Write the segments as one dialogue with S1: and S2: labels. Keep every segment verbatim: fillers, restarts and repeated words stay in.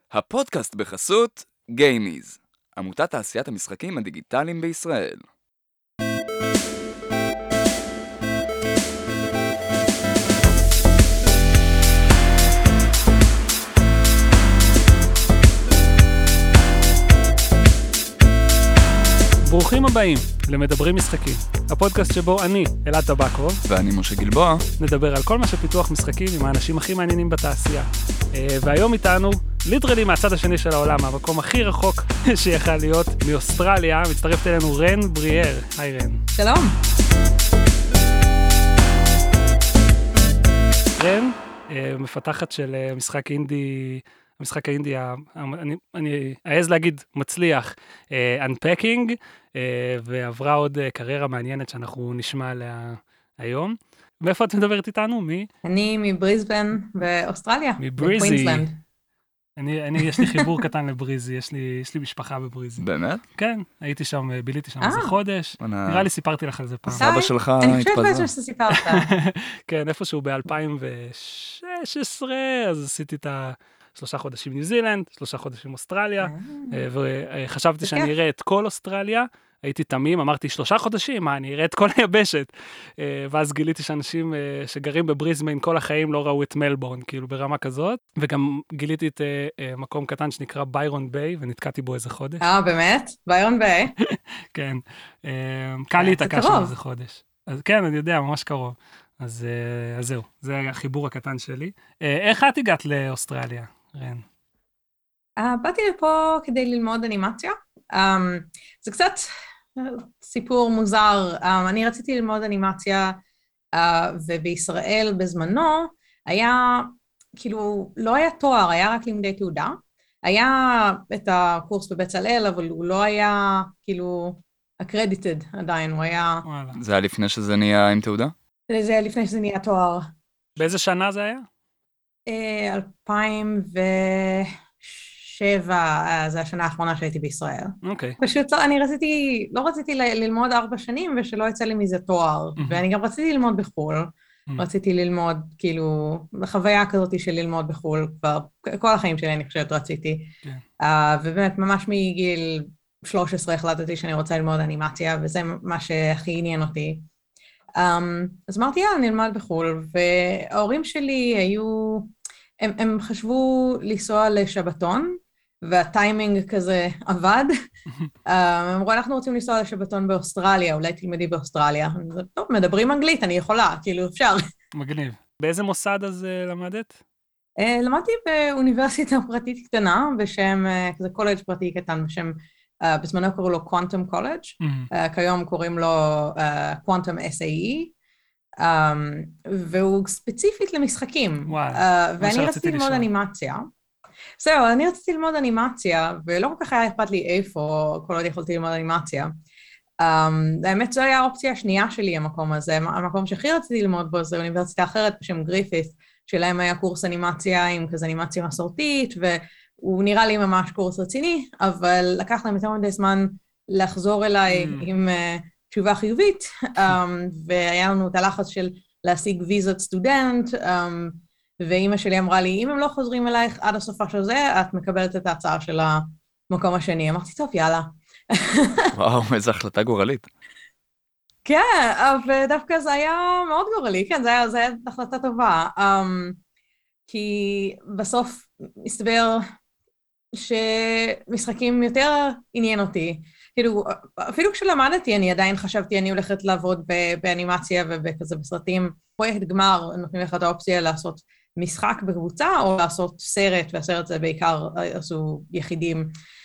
S1: הפודקאסט בחסות גיימיז, עמותת תעשיית המשחקים הדיגיטליים בישראל.
S2: ברוכים הבאים למדברים משחקים, הפודקאסט שבו אני, אלעד טבקוב,
S1: ואני משה גלבוע,
S2: נדבר על כל מה שפיתוח משחקים עם האנשים הכי מעניינים בתעשייה. והיום איתנו, ליטרלי מהצד השני של העולם, המקום הכי רחוק שיכל להיות, מאוסטרליה, מצטרפת אלינו רן בריאר. היי רן.
S3: שלום.
S2: רן, מפתחת של משחק אינדי, המשחק האינדי, אני, אני אעז להגיד מצליח, Unpacking, ועברה עוד קריירה מעניינת שאנחנו נשמע עליה היום. מאיפה את מדברת איתנו? מי?
S3: אני מבריזבן באוסטרליה.
S2: מבריזי. אני, אני, יש לי חיבור קטן לבריזי, יש לי, יש לי משפחה בבריזי.
S1: באמת?
S2: כן, הייתי שם, ביליתי שם איזה חודש. נראה לי סיפרתי לך על זה פעם.
S1: סבא שלך התפזר.
S3: אני חושבת בעצם שסיפרת.
S2: כן, איפשהו ב-אלפיים ושש עשרה, אז עשיתי את השלושה חודשים ניו זילנד, שלושה חודשים אוסטרליה, וחשבתי שאני אראה את כל אוסטרליה, הייתי תמים, אמרתי שלושה חודשים, מה, אני אראה את כל היבשת. ואז גיליתי שאנשים שגרים בבריזבן כל החיים לא ראו את מלבורן, כאילו ברמה כזאת, וגם גיליתי את מקום קטן שנקרא ביירון ביי, ונתקעתי בו איזה חודש.
S3: אה, באמת? ביירון ביי?
S2: כן. קל לי התעקע שם איזה חודש. אז כן, אני יודע, ממש קרוב. אז זהו, זה החיבור הקטן שלי. איך את הגעת לאוסטרליה, רן?
S3: באתי לפה כדי ללמוד אנימציה. זה קצת סיפור מוזר. אני רציתי ללמוד אנימציה, ובישראל בזמנו היה, כאילו, לא היה תואר, היה רק לימודי תעודה. היה את הקורס בבצלאל, אבל הוא לא היה, כאילו, accredited עדיין, הוא היה...
S1: זה היה לפני שזה נהיה עם תעודה?
S3: זה היה לפני שזה נהיה תואר.
S2: באיזה שנה זה היה?
S3: אלפיים ושבע, זה השנה האחרונה שהייתי בישראל.
S2: אוקיי.
S3: פשוט לא, אני רציתי, לא רציתי ללמוד ארבע שנים, ושלא יצא לי מזה תואר, ואני גם רציתי ללמוד בחול. רציתי ללמוד, כאילו, חוויה כזאת של ללמוד בחול, כבר כל החיים שלי אני חושבת רציתי. ובאמת, ממש מגיל שלוש עשרה החלטתי שאני רוצה ללמוד אנימציה, וזה מה שהכי עניין אותי. אז אמרתי, יאללה, נלמד בחול, וההורים שלי היו, הם, הם חשבו לנסוע לשבתון, והטיימינג כזה עבד. הם אמרו, אנחנו רוצים לנסוע לשבתון באוסטרליה, אולי תלמדי באוסטרליה. טוב, מדברים אנגלית, אני יכולה, כאילו, אפשר.
S2: מגניב. באיזה מוסד אז למדת?
S3: למדתי באוניברסיטה פרטית קטנה, בשם, כזה קולג' פרטי קטן, בשם, בזמנו קראו לו קוונטום קולג', כיום קוראים לו קוונטום אס איי אי, והוא ספציפית למשחקים. ואני רציתי ללמוד אנימציה. זהו, אני רציתי ללמוד אנימציה, ולא כל כך היה אכפת לי איפה כל עוד יכולתי ללמוד אנימציה. האמת, זו היה האופציה השנייה שלי, המקום הזה. המקום שהכי רציתי ללמוד בו זה אוניברסיטה אחרת בשם גריפית, שלהם היה קורס אנימציה עם כזה אנימציה מסורתית, והוא נראה לי ממש קורס רציני, אבל לקח להם יותר מדי זמן לחזור אליי עם תשובה חיובית, והיה לנו את הלחץ של להשיג ויזות סטודנט, ואימא שלי אמרה לי, אם הם לא חוזרים אלייך עד הסופה של זה, את מקבלת את ההצעה של המקום השני. אמרתי, טוב, יאללה.
S1: וואו, איזו החלטה גורלית.
S3: כן, ודווקא זה היה מאוד גורלי, כן, זה היה, זה היה החלטה טובה. Um, כי בסוף מסתבר שמשחקים יותר עניין אותי. כאילו, אפילו כשלמדתי, אני עדיין חשבתי, אני הולכת לעבוד באנימציה ובכזה בסרטים. פרויקט גמר, נותנים לך את האופציה לעשות משחק בקבוצה, או לעשות סרט, והסרט זה בעיקר עשו יחידים.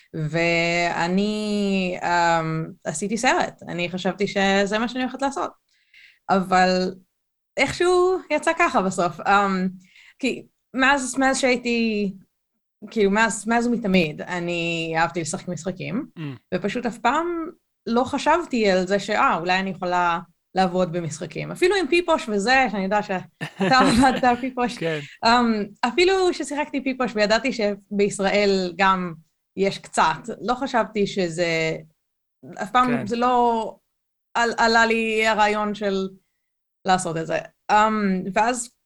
S3: ואני um, עשיתי סרט, אני חשבתי שזה מה שאני הולכת לעשות. אבל איכשהו יצא ככה בסוף. Um, כי מאז, מאז שהייתי, כאילו מאז, מאז ומתמיד, אני אהבתי לשחק משחקים, mm. ופשוט אף פעם לא חשבתי על זה שאה, אולי אני יכולה לעבוד במשחקים. אפילו עם פיפוש וזה, שאני יודעת שאתה עבדת על פיפוש. כן. um, אפילו ששיחקתי פיפוש וידעתי שבישראל גם יש קצת, לא חשבתי שזה, אף פעם כן. זה לא על, עלה לי הרעיון של לעשות את זה. Um, ואז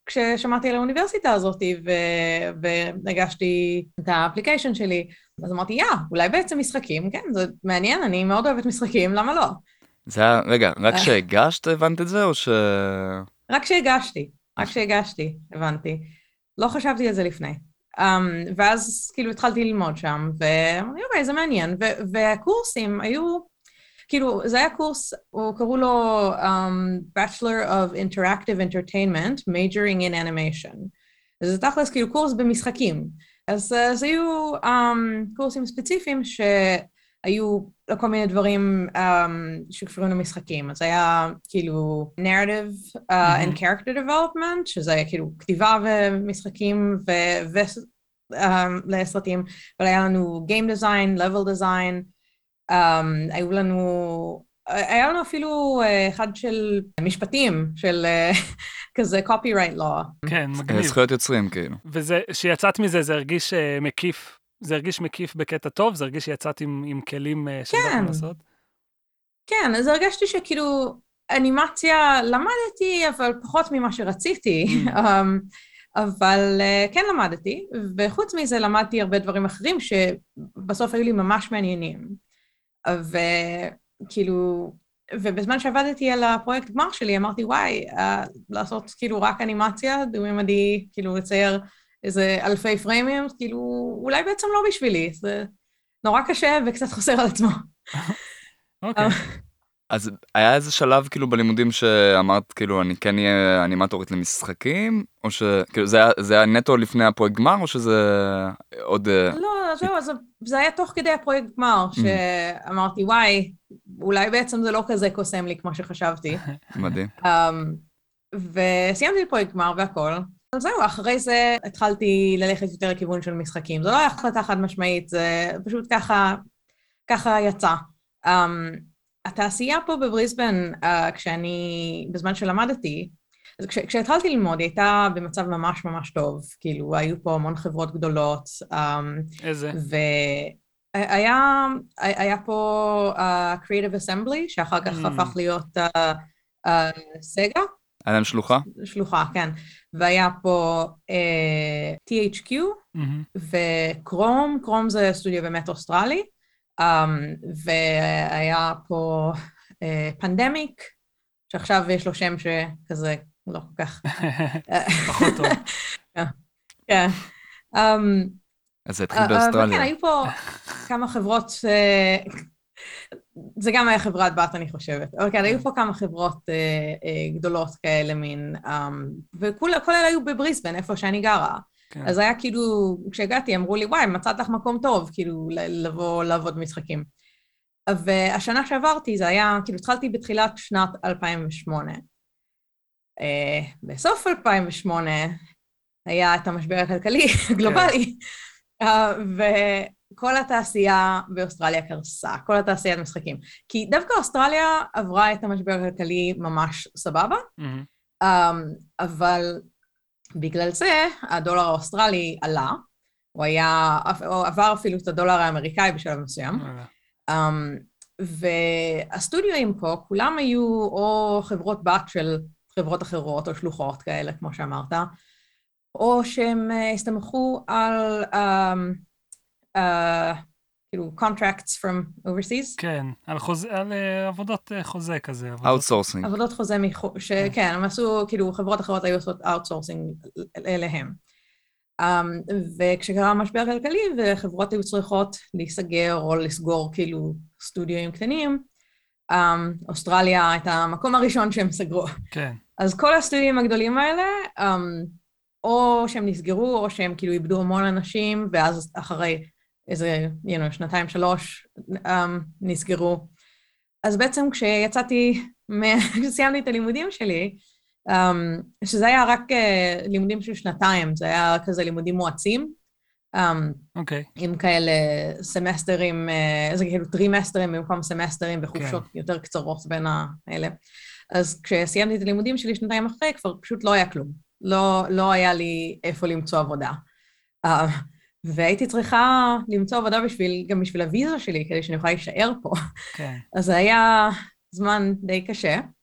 S3: כששמעתי על האוניברסיטה הזאת והגשתי את האפליקיישן שלי, אז אמרתי, יא, אולי בעצם משחקים, כן, זה מעניין, אני מאוד אוהבת משחקים, למה לא?
S1: זה היה, רגע, רק כשהגשת הבנת את זה, או ש...
S3: רק כשהגשתי, רק כשהגשתי, הבנתי. לא חשבתי על זה לפני. Um, ואז כאילו התחלתי ללמוד שם, ואמרתי, אוקיי, זה מעניין, ו- והקורסים היו, כאילו, זה היה קורס, הוא קראו לו um, Bachelor of Interactive Entertainment, Majoring in Animation. זה תכלס כאילו קורס במשחקים. אז זה היו um, קורסים ספציפיים שהיו כל מיני דברים um, שקשורים למשחקים. אז היה כאילו narrative uh, mm-hmm. and character development, שזה היה כאילו כתיבה ומשחקים ו- ו- um, לסרטים, אבל היה לנו game design, level design, um, היו לנו, היה לנו אפילו uh, אחד של משפטים, של uh, כזה copyright law.
S2: כן, מגניב.
S1: זכויות יוצרים, כאילו.
S2: וזה, שיצאת מזה, זה הרגיש uh, מקיף, זה הרגיש מקיף בקטע טוב, זה הרגיש שיצאת עם, עם כלים uh, שידעת מה לעשות?
S3: כן, אז הרגשתי שכאילו אנימציה למדתי, אבל פחות ממה שרציתי, mm. um, אבל uh, כן למדתי, וחוץ מזה למדתי הרבה דברים אחרים שבסוף היו לי ממש מעניינים. וכאילו, ובזמן שעבדתי על הפרויקט גמר שלי, אמרתי, וואי, uh, לעשות כאילו רק אנימציה, דו-ממדי, כאילו לצייר איזה אלפי פריימים, כאילו אולי בעצם לא בשבילי, זה נורא קשה וקצת חוסר על עצמו.
S2: אוקיי.
S1: אז היה איזה שלב כאילו בלימודים שאמרת כאילו אני כן אהיה אנימטורית למשחקים, או שכאילו זה היה, זה היה נטו לפני הפרויקט גמר, או שזה עוד...
S3: לא, זהו, זה, זה היה תוך כדי הפרויקט גמר, שאמרתי וואי, אולי בעצם זה לא כזה קוסם לי כמו שחשבתי.
S1: מדהים.
S3: Um, וסיימתי את פרויקט גמר והכל. אז זהו, אחרי זה התחלתי ללכת יותר לכיוון של משחקים. זו לא הייתה החלטה חד משמעית, זה פשוט ככה, ככה יצא. Um, התעשייה פה בבריסבן, uh, כשאני, בזמן שלמדתי, אז כש, כשהתחלתי ללמוד, היא הייתה במצב ממש ממש טוב, כאילו, היו פה המון חברות גדולות. Um,
S2: איזה?
S3: והיה היה פה uh, Creative Assembly, שאחר כך mm. הפך להיות uh, uh, סגה.
S1: היה להם שלוחה?
S3: שלוחה, כן. והיה פה uh, טי אייץ' קיו, mm-hmm. וקרום, קרום זה סטודיו באמת אוסטרלי, um, והיה פה פנדמיק, uh, שעכשיו יש לו שם שכזה לא כל כך...
S2: פחות טוב.
S3: כן.
S1: אז זה התחיל באוסטרליה.
S3: וכן, היו פה כמה חברות... זה גם היה חברת בת, אני חושבת. אבל כן, היו פה כמה חברות uh, uh, גדולות כאלה מין, um, וכל אלה היו בבריסבן, איפה שאני גרה. כן. אז היה כאילו, כשהגעתי, אמרו לי, וואי, מצאת לך מקום טוב, כאילו, לבוא לעבוד במשחקים. והשנה שעברתי, זה היה, כאילו, התחלתי בתחילת שנת אלפיים ושמונה. Uh, בסוף אלפיים ושמונה היה את המשבר הכלכלי הגלובלי, כן. uh, ו... כל התעשייה באוסטרליה קרסה, כל התעשיית משחקים. כי דווקא אוסטרליה עברה את המשבר הכלכלי ממש סבבה, mm-hmm. um, אבל בגלל זה הדולר האוסטרלי עלה, הוא היה, הוא עבר אפילו את הדולר האמריקאי בשלב מסוים, mm-hmm. um, והסטודיואים פה, כולם היו או חברות בת של חברות אחרות, או שלוחות כאלה, כמו שאמרת, או שהם הסתמכו על... Um, Uh, כאילו, contracts from overseas.
S2: כן, על, חוזה, על uh, עבודות uh, חוזה כזה.
S1: Outsourcing.
S3: עבודות חוזה, מחו, שכן, הם עשו, כאילו, חברות אחרות היו עושות outsourcing אליהם. Um, וכשקרה המשבר הכלכלי, וחברות היו צריכות להיסגר או לסגור, כאילו, סטודיואים קטנים, um, אוסטרליה הייתה המקום הראשון שהם סגרו. כן. אז כל הסטודיואים הגדולים האלה, um, או שהם נסגרו, או שהם כאילו איבדו המון אנשים, ואז אחרי איזה, you know, שנתיים, שלוש, um, נסגרו. אז בעצם כשיצאתי, כשסיימתי את הלימודים שלי, um, שזה היה רק uh, לימודים של שנתיים, זה היה כזה לימודים מואצים, um, okay. עם כאלה סמסטרים, uh, זה כאילו טרימסטרים במקום סמסטרים, וחופשות okay. יותר קצרות בין האלה. אז כשסיימתי את הלימודים שלי שנתיים אחרי, כבר פשוט לא היה כלום. לא, לא היה לי איפה למצוא עבודה. Uh, והייתי צריכה למצוא עבודה בשביל, גם בשביל הוויזה שלי, כדי שאני יכולה להישאר פה. כן. אז זה היה זמן די קשה.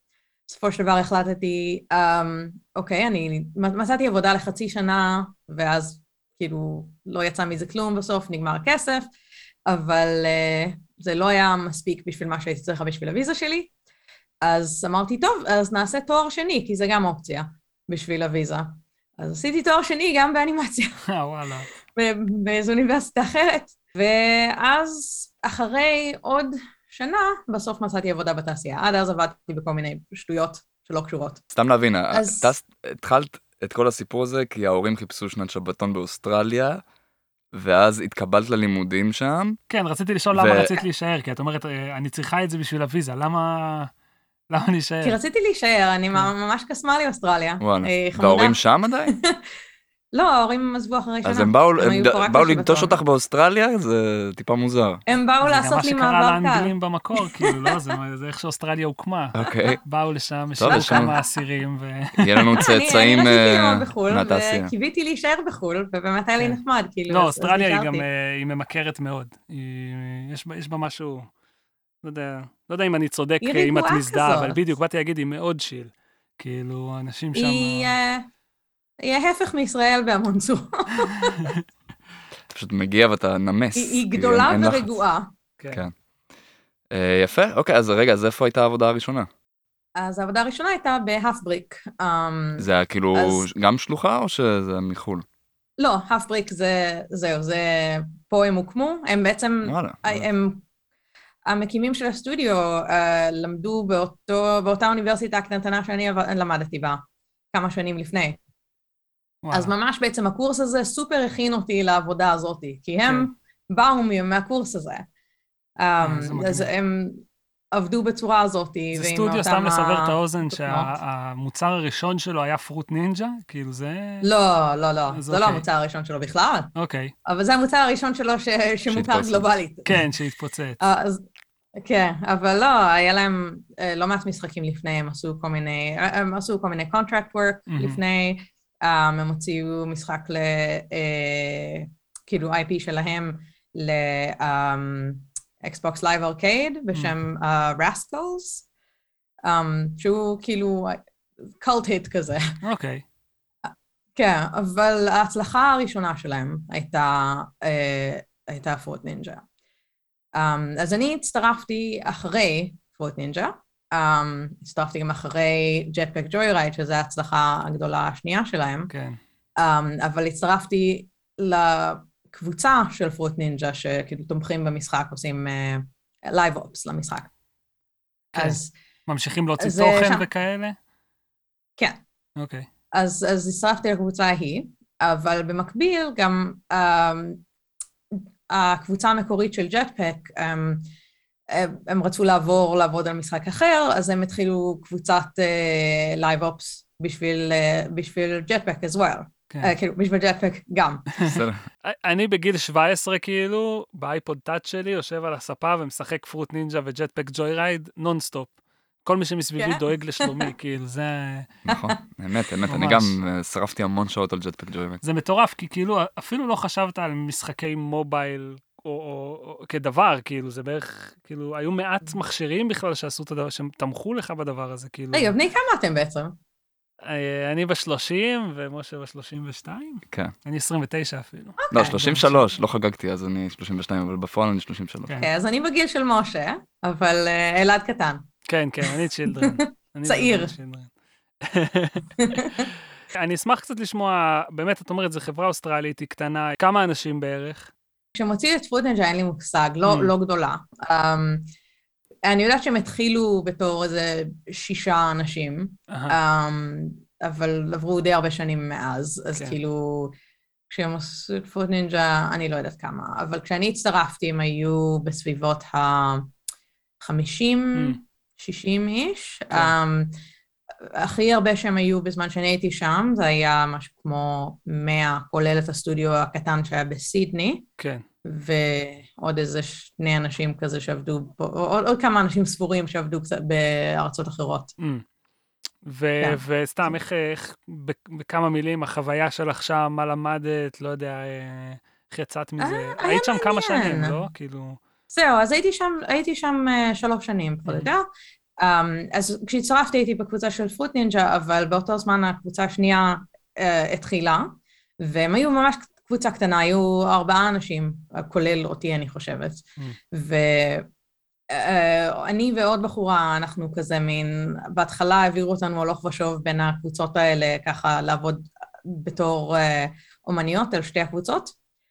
S3: בסופו של דבר החלטתי, um, אוקיי, אני מצאתי עבודה לחצי שנה, ואז כאילו לא יצא מזה כלום בסוף, נגמר הכסף, אבל uh, זה לא היה מספיק בשביל מה שהייתי צריכה בשביל הוויזה שלי, אז אמרתי, טוב, אז נעשה תואר שני, כי זה גם אופציה בשביל הוויזה. אז עשיתי תואר שני גם באנימציה.
S2: אה, וואלה.
S3: באיזו אוניברסיטה אחרת, ואז אחרי עוד שנה, בסוף מצאתי עבודה בתעשייה. עד אז עבדתי בכל מיני שטויות שלא קשורות.
S1: סתם להבין,
S3: אז...
S1: אתה התחלת את כל הסיפור הזה כי ההורים חיפשו שנת שבתון באוסטרליה, ואז התקבלת ללימודים שם.
S2: כן, רציתי לשאול ו... למה רצית להישאר, כי את אומרת, אני צריכה את זה בשביל הוויזה, למה... למה להישאר?
S3: כי רציתי להישאר, אני ממש קסמה לי אוסטרליה.
S1: וואלה, וההורים שם עדיין?
S3: לא, ההורים עזבו אחרי שנה.
S1: אז הם באו לנטוש אותך באוסטרליה? זה טיפה מוזר.
S3: הם באו לעשות לי מעבר קל.
S2: זה גם מה שקרה לאנגלים במקור, כאילו, לא, זה איך שאוסטרליה הוקמה.
S1: אוקיי.
S2: באו לשם, יש כמה אסירים.
S1: יהיה לנו צאצאים מהתעשייה.
S3: וקיוויתי להישאר בחול, ובאמת היה לי נחמד.
S2: לא, אוסטרליה היא גם, היא ממכרת מאוד. יש בה משהו, לא יודע, לא יודע אם אני צודק, אם את מזדהה, אבל בדיוק, באתי להגיד, היא מאוד שיל. כאילו, אנשים שם...
S3: היא ההפך מישראל בהמון צורות.
S1: אתה פשוט מגיע ואתה נמס.
S3: היא גדולה ורגועה.
S1: כן. יפה, אוקיי, אז רגע, אז איפה הייתה העבודה הראשונה?
S3: אז העבודה הראשונה הייתה בהאפבריק.
S1: זה היה כאילו גם שלוחה או שזה מחול?
S3: לא, האפבריק זה, זהו, זה, פה הם הוקמו, הם בעצם, הם, המקימים של הסטודיו למדו באותה אוניברסיטה הקטנטנה שאני למדתי בה, כמה שנים לפני. אז ממש בעצם הקורס הזה סופר הכין אותי לעבודה הזאת, כי הם באו מהקורס הזה. אז הם עבדו בצורה הזאת.
S2: זה סטודיו, סתם לסבר את האוזן, שהמוצר הראשון שלו היה פרוט נינג'ה? כאילו זה...
S3: לא, לא, לא. זה לא המוצר הראשון שלו בכלל.
S2: אוקיי.
S3: אבל זה המוצר הראשון שלו שמוכר גלובלית.
S2: כן, שהתפוצץ.
S3: כן, אבל לא, היה להם לא מעט משחקים לפני, הם עשו כל מיני, הם עשו כל מיני contract work לפני, הם הוציאו משחק ל... כאילו איי פי שלהם ל-Xbox Live Arcade בשם Rascals, שהוא כאילו cult hit כזה.
S2: אוקיי.
S3: כן, אבל ההצלחה הראשונה שלהם הייתה הייתה פרוט נינג'ה. אז אני הצטרפתי אחרי פרוט נינג'ה, Um, הצטרפתי גם אחרי Jetpack Joyride, שזו ההצלחה הגדולה השנייה שלהם.
S2: כן.
S3: Um, אבל הצטרפתי לקבוצה של פרוט נינג'ה, שכאילו תומכים במשחק, עושים uh, Live Ops למשחק.
S2: כן. אז... ממשיכים להוציא
S3: אז,
S2: תוכן
S3: שם...
S2: וכאלה?
S3: כן.
S2: אוקיי.
S3: אז, אז הצטרפתי לקבוצה ההיא, אבל במקביל גם um, הקבוצה המקורית של Jetpack, um, הם רצו לעבור לעבוד על משחק אחר, אז הם התחילו קבוצת לייב אופס בשביל בשביל Jetpack as well. כאילו, בשביל Jetpack גם.
S2: אני בגיל שבע עשרה כאילו, באייפוד טאץ' שלי, יושב על הספה ומשחק פרוט נינג'ה וג'טפק ג'וי-רייד נונסטופ. כל מי שמסביבי דואג לשלומי, כאילו, זה...
S1: נכון, אמת, אמת, אני גם שרפתי המון שעות על ג'טפק ג'וי-רייד.
S2: זה מטורף, כי כאילו, אפילו לא חשבת על משחקי מובייל, או, או, או כדבר, כאילו, זה בערך, כאילו, היו מעט מכשירים בכלל שעשו את הדבר, שהם תמכו לך בדבר הזה, כאילו.
S3: רגע, בני כמה אתם בעצם?
S2: אני בשלושים, ומשה בשלושים ושתיים.
S1: כן.
S2: אני עשרים ותשע אפילו.
S1: לא, שלושים ושלוש, לא חגגתי, אז אני שלושים ושתיים, אבל בפועל אני שלושים ושלוש.
S3: כן, אז אני בגיל של משה, אבל אלעד קטן.
S2: כן, כן, אני צ'ילדרן.
S3: צעיר.
S2: אני אשמח קצת לשמוע, באמת, את אומרת, זו חברה אוסטרלית, היא קטנה, כמה אנשים בערך?
S3: כשמוציא את פרוט נינג'ה אין לי מושג, לא גדולה. אני יודעת שהם התחילו בתור איזה שישה אנשים, אבל עברו די הרבה שנים מאז, אז כאילו, כשהם עשו את פרוט נינג'ה, אני לא יודעת כמה, אבל כשאני הצטרפתי, הם היו בסביבות ה-חמישים, שישים איש. הכי הרבה שהם היו בזמן שאני הייתי שם, זה היה משהו כמו מאה, כולל את הסטודיו הקטן שהיה בסידני.
S2: כן.
S3: ועוד איזה שני אנשים כזה שעבדו, עוד, עוד כמה אנשים ספורים שעבדו קצת בארצות אחרות.
S2: וסתם, איך, איך, בכמה מילים, החוויה שלך שם, מה למדת, לא יודע, איך יצאת מזה? היית שם כמה שנים, לא? כאילו...
S3: זהו, אז הייתי שם, הייתי שם שלוש שנים, פחות או יותר. אז כשהצטרפתי הייתי בקבוצה של פרוט נינג'ה, אבל באותו זמן הקבוצה השנייה התחילה, והם היו ממש קבוצה קטנה, היו ארבעה אנשים, כולל אותי אני חושבת, ואני ועוד בחורה, אנחנו כזה מין, בהתחלה העבירו אותנו הלוך ושוב בין הקבוצות האלה, ככה לעבוד בתור אומניות על שתי הקבוצות,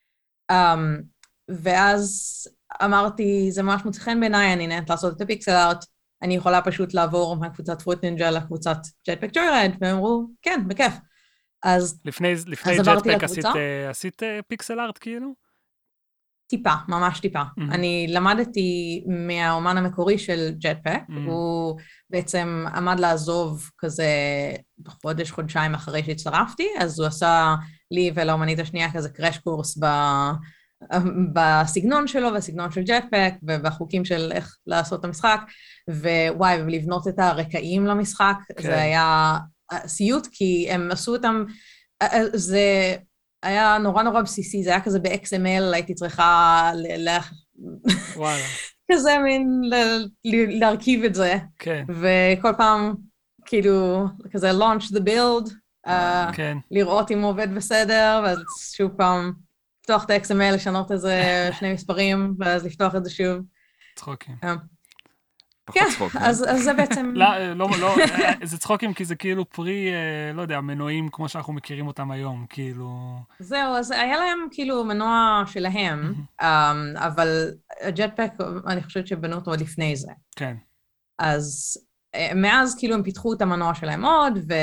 S3: ואז אמרתי, זה ממש מוצא חן בעיניי, אני נהנת לעשות את הפיקסל ארט, אני יכולה פשוט לעבור מהקבוצת פרוט נינג'ה לקבוצת ג'טפק ג'וירייד, והם אמרו, כן, בכיף. אז
S2: לפני, לפני ג'טפק עשית, עשית פיקסל ארט כאילו?
S3: טיפה, ממש טיפה. Mm-hmm. אני למדתי מהאומן המקורי של ג'טפק, mm-hmm. הוא בעצם עמד לעזוב כזה חודש, חודשיים אחרי שהצטרפתי, אז הוא עשה לי ולאומנית השנייה כזה קרש קורס ב... בסגנון שלו, בסגנון של ג'טפק, ובחוקים של איך לעשות את המשחק, ווואי, ולבנות את הרקעים למשחק, okay. זה היה סיוט, כי הם עשו אותם, זה היה נורא נורא בסיסי, זה היה כזה ב-אקס אם אל, הייתי צריכה ל...
S2: וואלה.
S3: כזה מין ל... להרכיב את זה,
S2: כן.
S3: וכל פעם, כאילו, כזה launch the build,
S2: כן.
S3: לראות אם הוא עובד בסדר, ואז שוב פעם, לפתוח את ה-אקס אם אל, לשנות איזה שני מספרים, ואז לפתוח את זה שוב.
S2: צחוקים.
S3: כן, אז זה בעצם...
S2: לא, לא, לא, זה צחוקים כי זה כאילו פרי, לא יודע, מנועים כמו שאנחנו מכירים אותם היום, כאילו...
S3: זהו, אז היה להם כאילו מנוע שלהם, אבל הג'טפק, אני חושבת שבנו אותו עוד לפני זה.
S2: כן.
S3: אז מאז כאילו הם פיתחו את המנוע שלהם עוד, ו...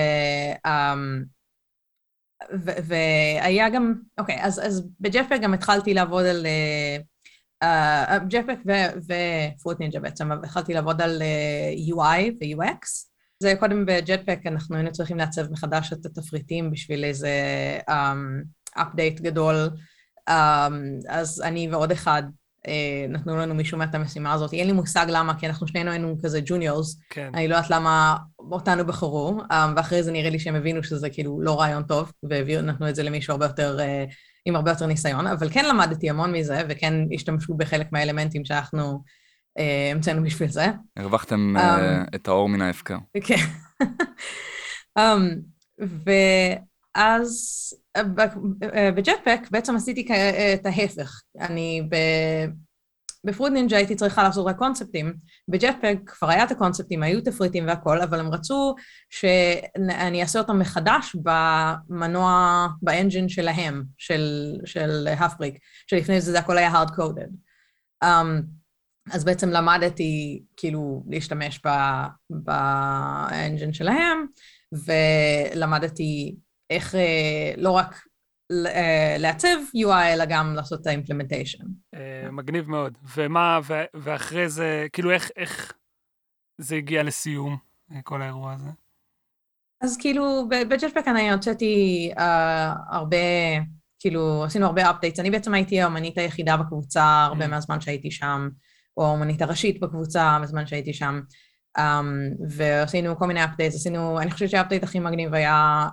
S3: והיה גם, אוקיי, אז בג'טפק גם התחלתי לעבוד על... ג'טפק ופרוט נינג'ה בעצם, התחלתי לעבוד על יו איי ו-יו אקס. זה קודם בג'טפק, אנחנו היינו צריכים לעצב מחדש את התפריטים בשביל איזה אפדייט גדול, אז אני ועוד אחד נתנו לנו משום את המשימה הזאת. אין לי מושג למה, כי אנחנו שנינו היינו כזה ג'וניורס, אני לא יודעת למה אותנו בחרו, ואחרי זה נראה לי שהם הבינו שזה כאילו לא רעיון טוב, ונתנו את זה למישהו הרבה יותר... עם הרבה יותר ניסיון, אבל כן למדתי המון מזה, וכן השתמשו בחלק מהאלמנטים שאנחנו המצאנו בשביל זה.
S1: הרווחתם את האור מן ההפקר.
S3: כן. ואז בג'טפק בעצם עשיתי את ההפך. אני בפרוט נינג'ה הייתי צריכה לעשות רק קונספטים, בג'טפק כבר היה את הקונספטים, היו תפריטים והכל, אבל הם רצו שאני אעשה אותם מחדש במנוע, באנג'ין שלהם, של, של הפבריק, שלפני זה, זה הכל היה hard-coded. Um, אז בעצם למדתי כאילו להשתמש באנג'ין שלהם, ולמדתי איך לא רק לעצב יו איי, אלא גם לעשות את האימפלמנטיישן.
S2: מגניב מאוד. ומה, ואחרי זה, כאילו איך, איך זה הגיע לסיום, כל האירוע הזה?
S3: אז כאילו, בג'טפק אני הוצאתי הרבה, כאילו, עשינו הרבה אפדייטס. אני בעצם הייתי האמנית היחידה בקבוצה, הרבה מהזמן שהייתי שם, או האמנית הראשית בקבוצה, בזמן שהייתי שם, ועשינו כל מיני אפדייטס. עשינו, אני חושבת שהאפדייט הכי מגניב היה...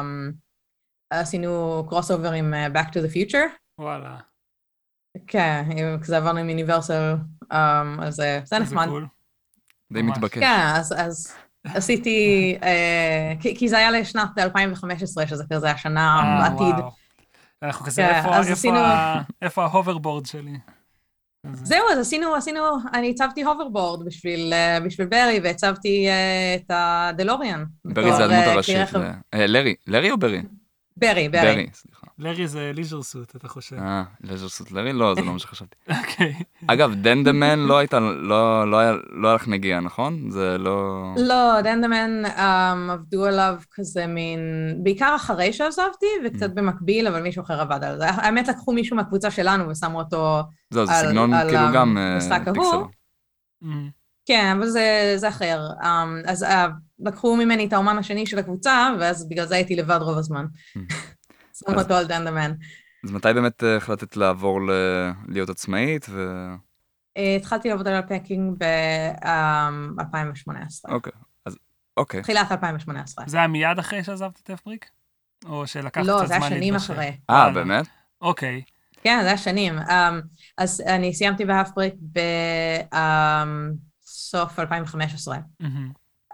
S3: עשינו קרוס אובר עם Back to the Future.
S2: וואלה.
S3: כן, כזה עברנו עם Universal, אז זה נחמד.
S2: זה קול.
S1: די מתבקש.
S3: כן, אז עשיתי, כי זה היה לשנת אלפיים וחמש עשרה, שזה כזה השנה בעתיד.
S2: אנחנו כזה, איפה ההוברבורד שלי?
S3: זהו, אז עשינו, עשינו, אני הצבתי הוברבורד בשביל ברי, והצבתי את הדלוריאן.
S1: ברי זה הדמות הראשית. לרי, לרי או ברי?
S3: ברי, ברי.
S1: ברי, סליחה.
S2: לרי זה ליז'ר סוט, אתה חושב.
S1: אה, ליז'ר סוט לרי? לא, זה לא מה שחשבתי.
S2: אוקיי.
S1: אגב, דנדמן לא הייתה, לא היה לך נגיעה, נכון? זה לא...
S3: לא, דנדמן עבדו עליו כזה מין, בעיקר אחרי שעזבתי, וקצת במקביל, אבל מישהו אחר עבד על זה. האמת, לקחו מישהו מהקבוצה שלנו ושמו אותו על המשחק ההוא.
S1: זה סגנון כאילו גם פיקסל.
S3: כן, אבל זה אחר. אז לקחו ממני את האומן השני של הקבוצה, ואז בגלל זה הייתי לבד רוב הזמן. שמו אותו על דנדמן.
S1: אז מתי באמת החלטת לעבור להיות עצמאית?
S3: התחלתי לעבוד על הפאקינג ב-אלפיים ושמונה עשרה.
S1: אוקיי, אז אוקיי.
S3: תחילת אלפיים ושמונה עשרה.
S2: זה היה מיד אחרי שעזבת את הפריק? או שלקחת
S3: לא,
S2: קצת זמן
S3: זה היה שנים
S2: להתבשל?
S3: אחרי.
S1: אה, באמת?
S2: אוקיי.
S3: כן, זה היה שנים. אז אני סיימתי בהפריק ב... סוף אלפיים וחמש עשרה.
S2: Mm-hmm.
S3: Um,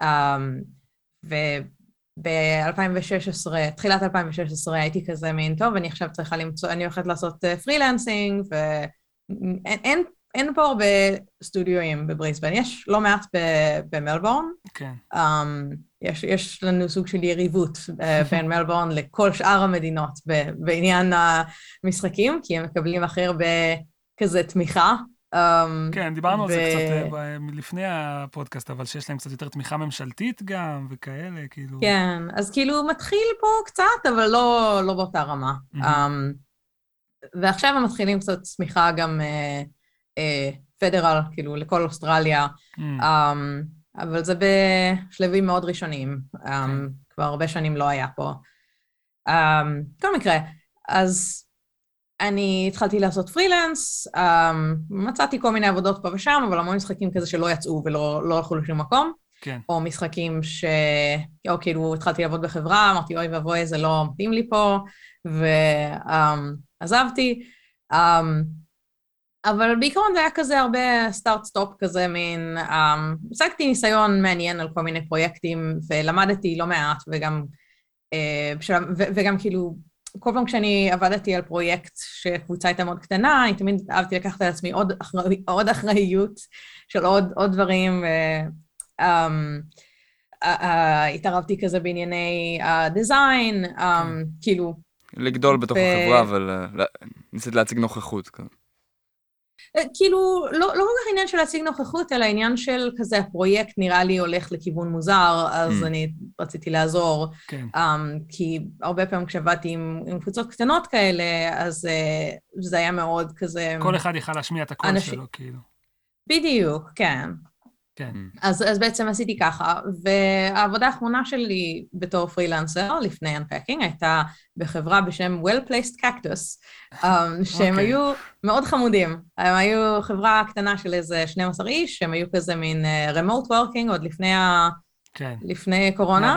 S3: וב-אלפיים ושש עשרה, תחילת אלפיים ושש עשרה הייתי כזה מין, טוב, אני עכשיו צריכה למצוא, אני הולכת לעשות פרילנסינג, ואין אין, אין פה הרבה סטודיואים בבריסבן, יש לא מעט במלבורן.
S2: כן.
S3: Um, יש, יש לנו סוג של יריבות uh, בין מלבורן לכל שאר המדינות בעניין המשחקים, כי הם מקבלים הכי הרבה כזה תמיכה. Um,
S2: כן, דיברנו
S3: ו...
S2: על זה קצת uh, לפני הפודקאסט, אבל שיש להם קצת יותר תמיכה ממשלתית גם, וכאלה, כאילו...
S3: כן, אז כאילו מתחיל פה קצת, אבל לא, לא באותה רמה. Mm-hmm. Um, ועכשיו הם מתחילים קצת תמיכה גם uh, uh, פדרל, כאילו לכל אוסטרליה, mm-hmm. um, אבל זה בשלבים מאוד ראשוניים, um, okay. כבר הרבה שנים לא היה פה. Um, כל מקרה, אז אני התחלתי לעשות פרילנס, um, מצאתי כל מיני עבודות פה ושם, אבל המון משחקים כזה שלא יצאו ולא לא הלכו לשום מקום,
S2: כן.
S3: או משחקים ש... או כאילו התחלתי לעבוד בחברה, אמרתי אוי ואבוי, זה לא מתאים לי פה, ועזבתי. Um, אבל בעיקרון זה היה כזה הרבה סטארט-סטופ כזה, מין, השגתי um, ניסיון מעניין על כל מיני פרויקטים, ולמדתי לא מעט, וגם, uh, בשביל, ו, וגם כאילו, כל פעם כשאני עבדתי על פרויקט שקבוצה הייתה מאוד קטנה, אני תמיד אהבתי לקחת על עצמי עוד, אחראי, עוד אחראיות של עוד, עוד דברים, ו, um, uh, uh, התערבתי כזה בענייני דיזיין, uh, um, כאילו...
S1: לגדול בתוך ו... החברה, אבל uh, ניסית להציג נוכחות כזה.
S3: כאילו, לא, לא כל כך עניין של להציג נוכחות, אלא עניין של כזה, הפרויקט נראה לי הולך לכיוון מוזר, אז mm. אני רציתי לעזור. כן. Um, כי הרבה פעמים כשעבדתי עם, עם קבוצות קטנות כאלה, אז uh, זה היה מאוד כזה...
S2: כל אחד יכל להשמיע את הקול אנשי... שלו, כאילו.
S3: בדיוק, כן.
S2: כן.
S3: אז, אז בעצם עשיתי ככה, והעבודה האחרונה שלי בתור פרילנסר, לפני Unpacking, הייתה בחברה בשם Well Placed Cactus, um, שהם okay. היו מאוד חמודים. הם היו חברה קטנה של איזה שנים עשר איש, שהם היו כזה מין uh, remote working, עוד לפני, ה...
S2: כן.
S3: לפני קורונה.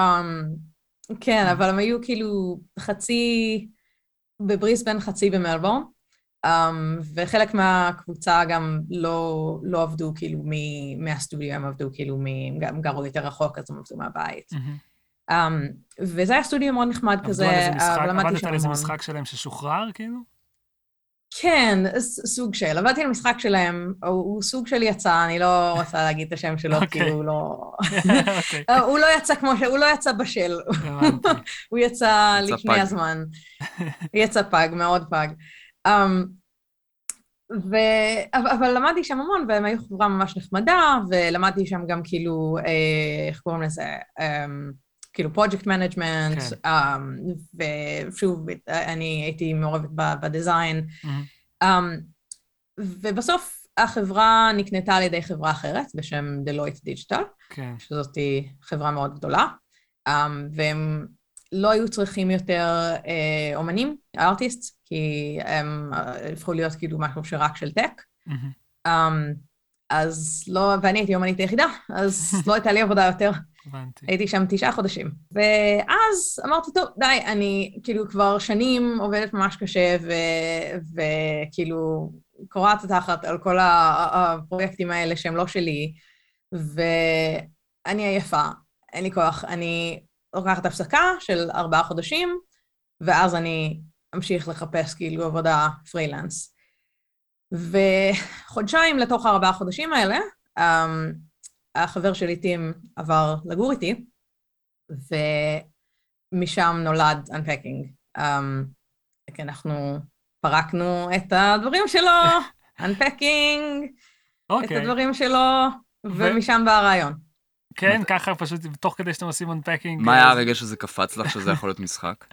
S2: Um,
S3: כן, אבל הם היו כאילו חצי בבריסבן, חצי במלבורן. Um, וחלק מהקבוצה גם לא, לא עבדו כאילו מ, מהסטודיו, הם עבדו כאילו, מ, הם גרו יותר רחוק, אז הם עבדו מהבית. Mm-hmm. Um, וזה היה סטודיו מאוד נחמד כזה, אבל למדתי
S2: עבדת על איזה משחק שלהם ששוחרר כאילו?
S3: כן, סוג של, עבדתי על משחק שלהם, הוא, הוא סוג של יצא, אני לא רוצה להגיד את השם שלו, okay. כי הוא לא... okay. הוא לא יצא כמו ש... הוא לא יצא בשל, הוא יצא לפני פג. הזמן. יצא פג, מאוד פג. Um, ו... אבל למדתי שם המון, והם היו חברה ממש נחמדה, ולמדתי שם גם כאילו, אה, איך קוראים לזה, אה, כאילו פרויקט מנג'מנט, כן. אה, ושוב, אני הייתי מעורבת בדיזיין, mm-hmm. אה, ובסוף החברה נקנתה על ידי חברה אחרת, בשם Deloitte Digital, כן. שזאת חברה מאוד גדולה, אה, והם לא היו צריכים יותר אה, אומנים, ארטיסט, כי הם הפכו להיות כאילו משהו שרק של טק. Mm-hmm. Um, אז לא, ואני הייתי אומנית היחידה, אז לא הייתה לי עבודה יותר.
S2: הבנתי.
S3: הייתי שם תשעה חודשים. ואז אמרתי, טוב, די, אני כאילו כבר שנים עובדת ממש קשה, ו- וכאילו קוראת תחת על כל הפרויקטים האלה שהם לא שלי, ואני עייפה, אין לי כוח, אני לוקחת הפסקה של ארבעה חודשים, ואז אני אמשיך לחפש כאילו עבודה פרילנס. וחודשיים לתוך הארבעה חודשים האלה, החבר שלי טים עבר לגור איתי, ומשם נולד Unpacking. כי אנחנו פרקנו את הדברים שלו, Unpacking, את הדברים שלו, ומשם בא הרעיון.
S2: כן, ככה פשוט, תוך כדי שאתם עושים Unpacking.
S1: מה היה הרגע שזה קפץ לך, שזה יכול להיות משחק?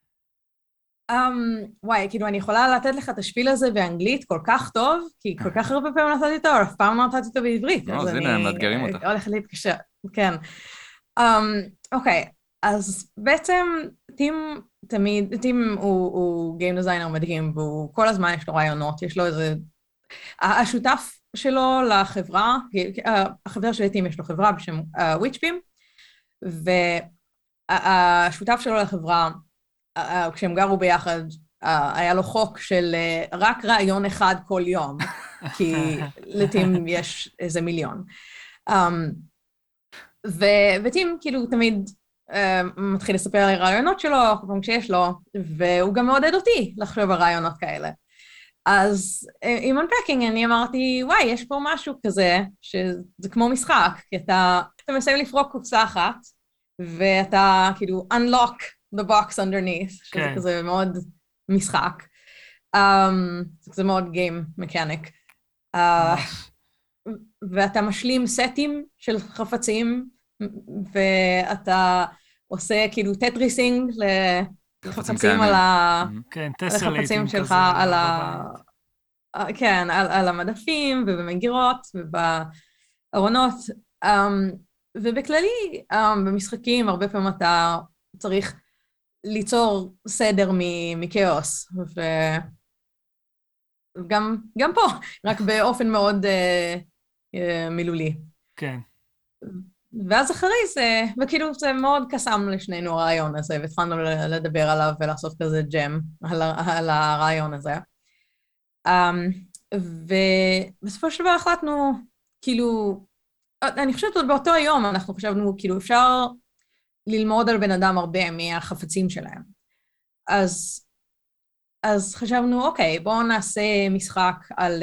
S3: Um, וואי, כאילו, אני יכולה לתת לך את השפיל הזה באנגלית כל כך טוב, כי כל כך הרבה פעמים נתתי אותו, אף פעם לא נתתי אותו בעברית.
S1: לא, אז הנה, הם מאתגרים אותך.
S3: הולכת להתקשר, כן. אוקיי, אז בעצם טים תמיד, טים הוא גיים דיזיינר מדהים, והוא כל הזמן יש לו רעיונות, יש לו איזה... השותף שלו לחברה, החבר של טים יש לו חברה בשם וויצ'בים, והשותף שלו לחברה, כשהם גרו ביחד, היה לו חוק של רק רעיון אחד כל יום. כי לטים יש איזה מיליון. Um, וטים כאילו תמיד uh, מתחיל לספר על הרעיונות שלו, כמו שיש לו, והוא גם מעודד אותי לחשוב על רעיונות כאלה. אז עם Unpacking אני אמרתי, וואי, יש פה משהו כזה, שזה כמו משחק, כי אתה, אתה מסיים לפרוק קופסה אחת, ואתה כאילו unlock the box underneath, שזה
S2: כן.
S3: כזה מאוד משחק. Um, זה מאוד game mechanic. Uh, ואתה משלים סטים של חפצים, ואתה עושה כאילו טטריסינג לחפצים על ה...
S2: כן,
S3: לחפצים שלך על ה... כן, על, על המדפים ובמגירות ובארונות. Um, ובכללי, um, במשחקים, הרבה פעמים אתה צריך ליצור סדר מכאוס, וגם גם פה, רק באופן מאוד uh, uh, מילולי.
S2: כן.
S3: ואז אחרי זה, וכאילו זה מאוד קסם לשנינו הרעיון הזה, והתחלנו לדבר עליו ולעשות כזה ג'ם על, על הרעיון הזה. Um, ובסופו של דבר החלטנו, כאילו, אני חושבת עוד באותו היום אנחנו חשבנו, כאילו אפשר ללמוד על בן אדם הרבה מהחפצים שלהם. אז, אז חשבנו, אוקיי, בואו נעשה משחק על,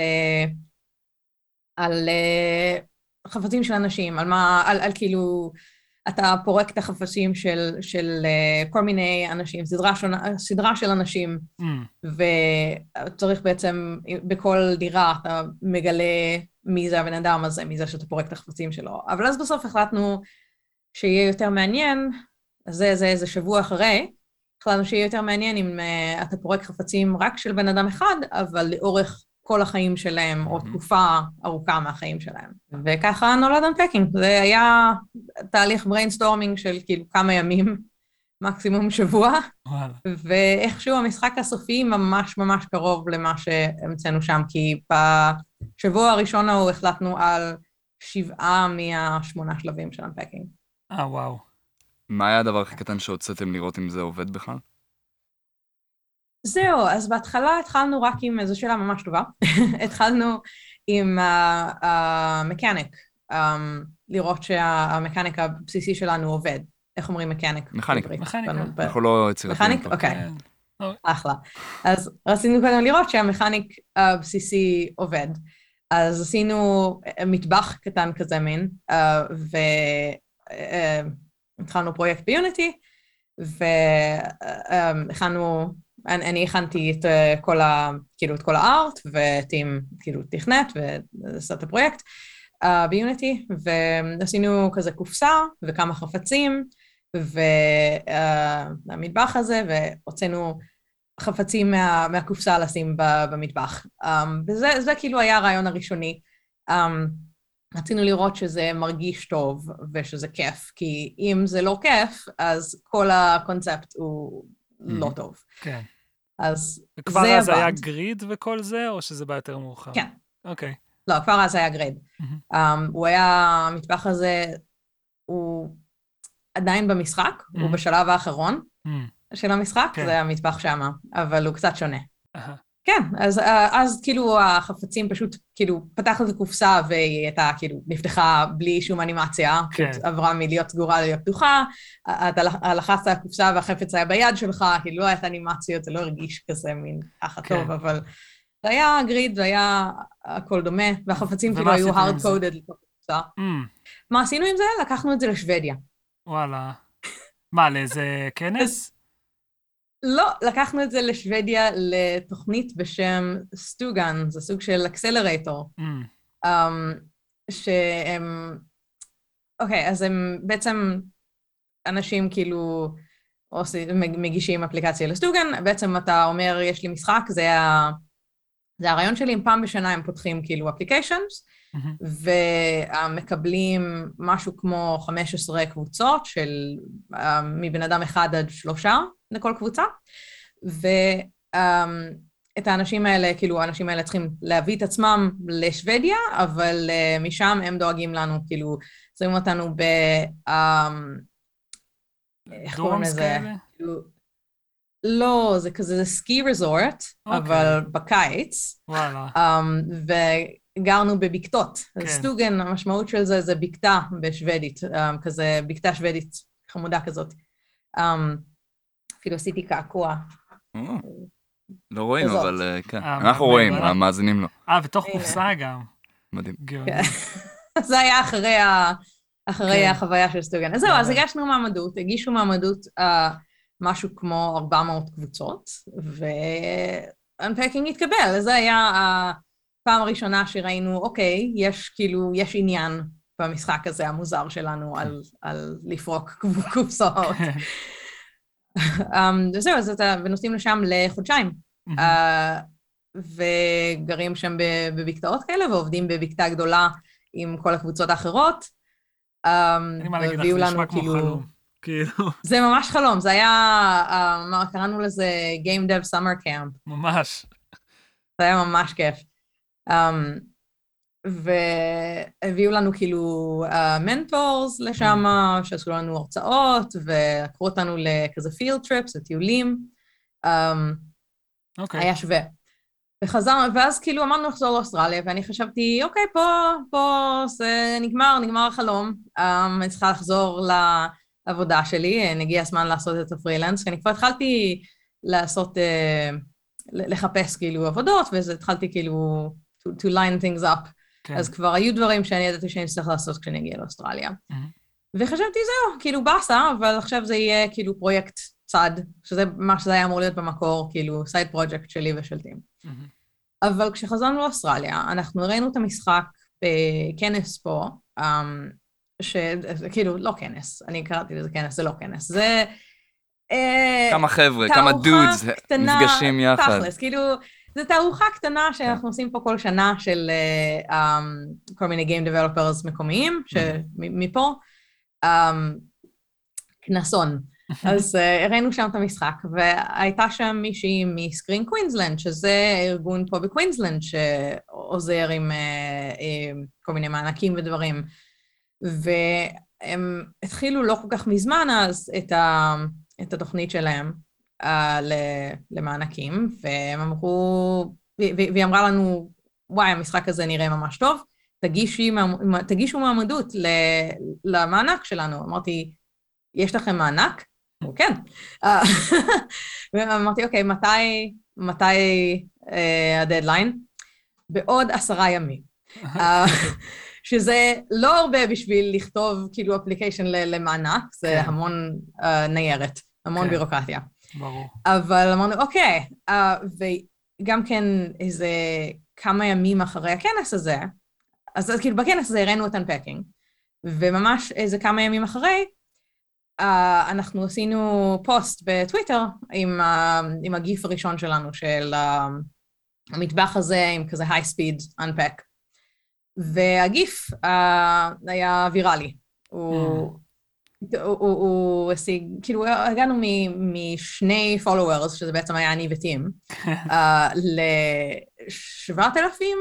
S3: על חפצים של אנשים, על מה, על, על כאילו, אתה פורק את החפצים של, של כל מיני אנשים, סדרה, שונה, סדרה של אנשים, mm. וצריך בעצם, בכל דירה אתה מגלה מי זה הבן אדם הזה, מי זה שאתה פורק את החפצים שלו. אבל אז בסוף החלטנו שיהיה יותר מעניין, זה, זה, זה שבוע אחרי, החלטנו שיהיה יותר מעניין אם uh, אתה פורק חפצים רק של בן אדם אחד, אבל לאורך כל החיים שלהם, או תקופה ארוכה מהחיים שלהם. וככה נולד Unpacking. זה היה תהליך בריינסטורמינג של כאילו כמה ימים, מקסימום שבוע, ואיכשהו המשחק הסופי ממש ממש קרוב למה שהמצאנו שם, כי בשבוע הראשון הוא החלטנו על שבעה מהשמונה שלבים של Unpacking.
S2: אה, וואו.
S1: מה היה הדבר הכי קטן שהוצאתם לראות אם זה עובד בכלל?
S3: זהו, אז בהתחלה התחלנו רק עם, זו שאלה ממש טובה, התחלנו עם המקאניק, לראות שהמקאניק הבסיסי שלנו עובד. איך אומרים מקאניק?
S1: מכניק.
S2: מכניק.
S1: אנחנו לא יצירתיים.
S3: מכניק? אוקיי. אחלה. אז רצינו קודם לראות שהמכניק הבסיסי עובד. אז עשינו מטבח קטן כזה מין, והתחלנו פרויקט ביוניטי, והכנו... אני הכנתי את כל ה, כאילו, את כל הארט, וטים, כאילו, תכנת, ועשה את הפרויקט ביוניטי, ועשינו כזה קופסה, וכמה חפצים, והמטבח הזה, והוצאנו חפצים מה, מהקופסה לשים במטבח. וזה, זה כאילו היה הרעיון הראשוני. רצינו לראות שזה מרגיש טוב, ושזה כיף, כי אם זה לא כיף, אז כל הקונספט הוא לא טוב.
S2: כן.
S3: אז
S2: וכבר אז היה גריד וכל זה, או שזה בא יותר מאוחר?
S3: כן.
S2: אוקיי.
S3: לא, כבר אז היה גריד. הוא היה, המטבח הזה, הוא עדיין במשחק, הוא בשלב האחרון של המשחק, זה המטבח שמה, אבל הוא קצת שונה. כן, אז, אז כאילו החפצים פשוט, כאילו, פתחנו את הקופסה והיא הייתה כאילו נפתחה בלי שום אנימציה, כן. עברה מלהיות סגורה להיות פתוחה, אתה לחצת הקופסה והחפץ היה ביד שלך, כאילו לא הייתה אנימציות, זה לא הרגיש כזה מין ככה כן. טוב, אבל זה היה גריד, זה היה הכל דומה, והחפצים כאילו היו hard-coded לתוך הקופסה. Mm. מה עשינו עם זה? לקחנו את זה לשוודיה.
S2: וואלה. מה, לאיזה כנס?
S3: לא, לקחנו את זה לשוודיה לתוכנית בשם סטוגן, זה סוג של אקסלרטור, mm. um, שהם, אוקיי, אז הם בעצם אנשים כאילו עושים, מגישים אפליקציה לסטוגן, בעצם אתה אומר, יש לי משחק, זה, ה, זה הרעיון שלי, אם פעם בשנה הם פותחים כאילו אפליקיישנס, mm-hmm. ומקבלים משהו כמו חמש עשרה קבוצות של uh, מבן אדם אחד עד שלושה, לכל קבוצה, ואת האנשים האלה, כאילו האנשים האלה צריכים להביא את עצמם לשוודיה, אבל משם הם דואגים לנו, כאילו, שמים אותנו ב...
S2: דורמס כאלה?
S3: לא, זה כזה, זה סקי רזורט, אבל בקיץ.
S2: וואלה.
S3: וגרנו בבקתות. סטוגן, המשמעות של זה, זה בקתה בשוודית, כזה בקתה שוודית חמודה כזאת. אפילו עשיתי קעקוע.
S1: לא רואים, אבל כן. אנחנו רואים, המאזינים לא.
S2: אה, בתוך קופסה גם.
S1: מדהים.
S3: זה היה אחרי החוויה של סטוגן. אז זהו, אז הגשנו מעמדות, הגישו מעמדות משהו כמו ארבע מאות קבוצות, ו-Unpacking התקבל. זה היה הפעם הראשונה שראינו, אוקיי, יש כאילו, יש עניין במשחק הזה המוזר שלנו על לפרוק קופסאות. וזהו, אז אתה, ונוסעים לשם לחודשיים, וגרים שם בבקתאות כאלה, ועובדים בבקתה גדולה עם כל הקבוצות האחרות.
S2: אני מה להגיד לך, זה נשמע כמו חלום.
S3: זה ממש חלום, זה היה, קראנו לזה Game Dev Summer Camp.
S2: ממש.
S3: זה היה ממש כיף. והביאו לנו כאילו מנטורס לשם, שעשו לנו הרצאות, ועקרו אותנו לכזה field trips, לטיולים. היה שווה. וחזרנו, ואז כאילו אמרנו לחזור לאוסטרליה, ואני חשבתי, אוקיי, פה, פה זה נגמר, נגמר החלום. אני צריכה לחזור לעבודה שלי, נגיע הזמן לעשות את הפרילנס, כי אני כבר התחלתי לעשות, לחפש כאילו עבודות, ואז התחלתי כאילו to line things up. אז כבר היו דברים שאני ידעתי שאני צריך לעשות כשאני אגיע לאוסטרליה. וחשבתי, זהו, כאילו בסה, אבל עכשיו זה יהיה כאילו פרויקט צד, שזה מה שזה היה אמור להיות במקור, כאילו סייד פרויקט שלי ושל טים. אבל כשחזרנו לאוסטרליה, אנחנו ראינו את המשחק בכנס פה, שכאילו, לא כנס, אני קראתי לזה כנס, זה לא כנס, זה...
S1: כמה חבר'ה, כמה דודס, נפגשים יחד.
S3: תכלס, כאילו... זו תערוכה קטנה שאנחנו עושים פה כל שנה של כל מיני Game Developers מקומיים, מפה, כנסון. אז הראינו שם את המשחק, והייתה שם מישהי מסקרין קווינסלנד, שזה ארגון פה בקווינסלנד, שעוזר עם כל מיני מענקים ודברים. והם התחילו לא כל כך מזמן אז את התוכנית שלהם, למענקים, והם אמרו, והיא אמרה לנו, וואי, המשחק הזה נראה ממש טוב, תגישו מעמדות למענק שלנו. אמרתי, יש לכם מענק? כן. ואמרתי, אוקיי, מתי, מתי הדדליין? בעוד עשרה ימים. שזה לא הרבה בשביל לכתוב כאילו אפליקיישן למענק, זה המון ניירת, המון בירוקרטיה.
S2: ברור.
S3: אבל אמרנו, אוקיי, וגם כן איזה כמה ימים אחרי הכנס הזה, אז כאילו בכנס הזה הראינו את Unpacking, וממש איזה כמה ימים אחרי, אנחנו עשינו פוסט בטוויטר עם, עם הגיף הראשון שלנו, של המטבח הזה עם כזה high speed unpack, והגיף היה ויראלי, הוא... הוא השיג, כאילו הגענו משני followers, שזה בעצם היה אני וטים, לשבעת אלפים,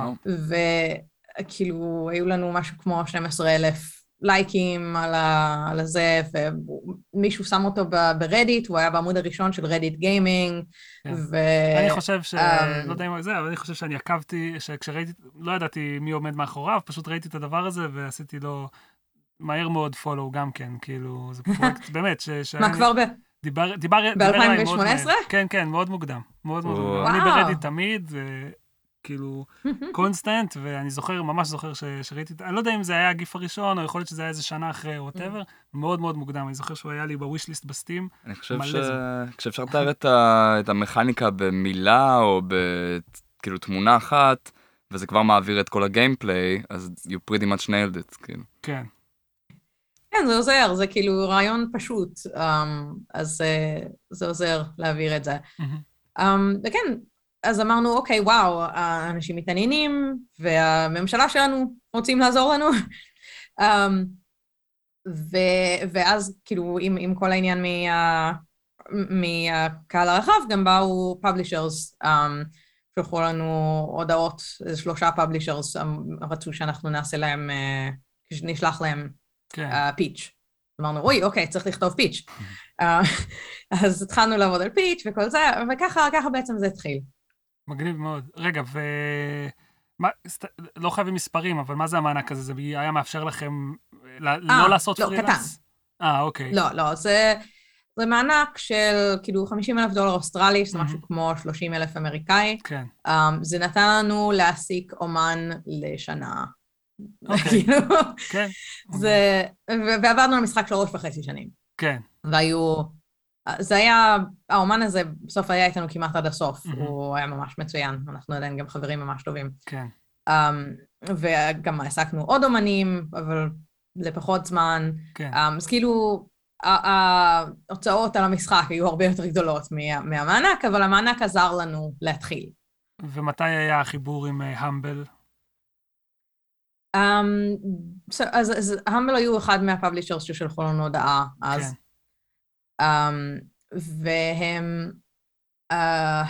S3: וכאילו היו לנו משהו כמו שנים עשר אלף לייקים על הזה, ומישהו שם אותו ברדיט, הוא היה בעמוד הראשון של רדיט גיימינג,
S2: אני חושב ש... לא יודע אם זה, אבל אני חושב שאני עקבתי, שכשראיתי, לא ידעתי מי עומד מאחוריו, פשוט ראיתי את הדבר הזה ועשיתי לו... מהר מאוד פולו גם כן, כאילו, זה פרויקט, באמת, ש...
S3: מה כבר ב...
S2: דיבר, דיבר,
S3: ב-אלפיים שמונה עשרה?
S2: כן, כן, מאוד מוקדם, מאוד מאוד מוקדם. אני ברדיט תמיד, כאילו, קונסטנט, ואני זוכר, ממש זוכר שראיתי, אני לא יודע אם זה היה הגיף הראשון, או יכול להיות שזה היה איזה שנה אחרי, או whatever, מאוד מאוד מוקדם, אני זוכר שהוא היה לי בוויש ליסט בסטים.
S1: אני חושב שכשאפשר לתאר את המכניקה במילה, או כאילו תמונה אחת, וזה כבר מעביר את כל הגיימפליי, אז you pretty much nailed it, כאילו.
S2: כן.
S3: כן, זה עוזר, זה כאילו רעיון פשוט, אז זה עוזר להעביר את זה. וכן, אז אמרנו, אוקיי, וואו, האנשים מתעניינים, והממשלה שלנו רוצים לעזור לנו, ואז כאילו עם כל העניין מהקהל הרחב, גם באו פאבלישרס, שלחו לנו הודעות, איזה שלושה פאבלישרס, רצו שאנחנו נעשה להם, נשלח להם פיץ'. אמרנו, אוי, אוקיי, צריך לכתוב פיץ'. אז התחלנו לעבוד על פיץ' וכל זה, וככה ככה בעצם זה התחיל.
S2: מגניב מאוד. רגע, ו... מה, סת... לא חייבים מספרים, אבל מה זה המענק הזה? זה היה מאפשר לכם לא, לא לעשות
S3: לא,
S2: פרילנס?
S3: קטן.
S2: אה, אוקיי.
S3: לא, לא, זה, זה מענק של כאילו חמישים אלף דולר אוסטרלי, שזה משהו כמו שלושים אלף אמריקאי.
S2: כן.
S3: Um, זה נתן לנו להעסיק אומן לשנה.
S2: אוקיי. כן.
S3: זה, ו- ועבדנו על משחק שלוש וחצי שנים.
S2: כן.
S3: והיו, זה היה, האומן הזה בסוף היה איתנו כמעט עד הסוף, הוא היה ממש מצוין, אנחנו עדיין גם חברים ממש טובים.
S2: כן.
S3: Um, וגם העסקנו עוד אומנים, אבל לפחות זמן.
S2: כן.
S3: Um, אז כאילו, ההוצאות על המשחק היו הרבה יותר גדולות מה, מהמענק, אבל המענק עזר לנו להתחיל.
S2: ומתי היה החיבור עם המבל?
S3: Um, so, אז, אז המבל היו אחד מהפאבלישרס ששלחו לנו הודעה אז.
S2: כן.
S3: Um, והם, uh,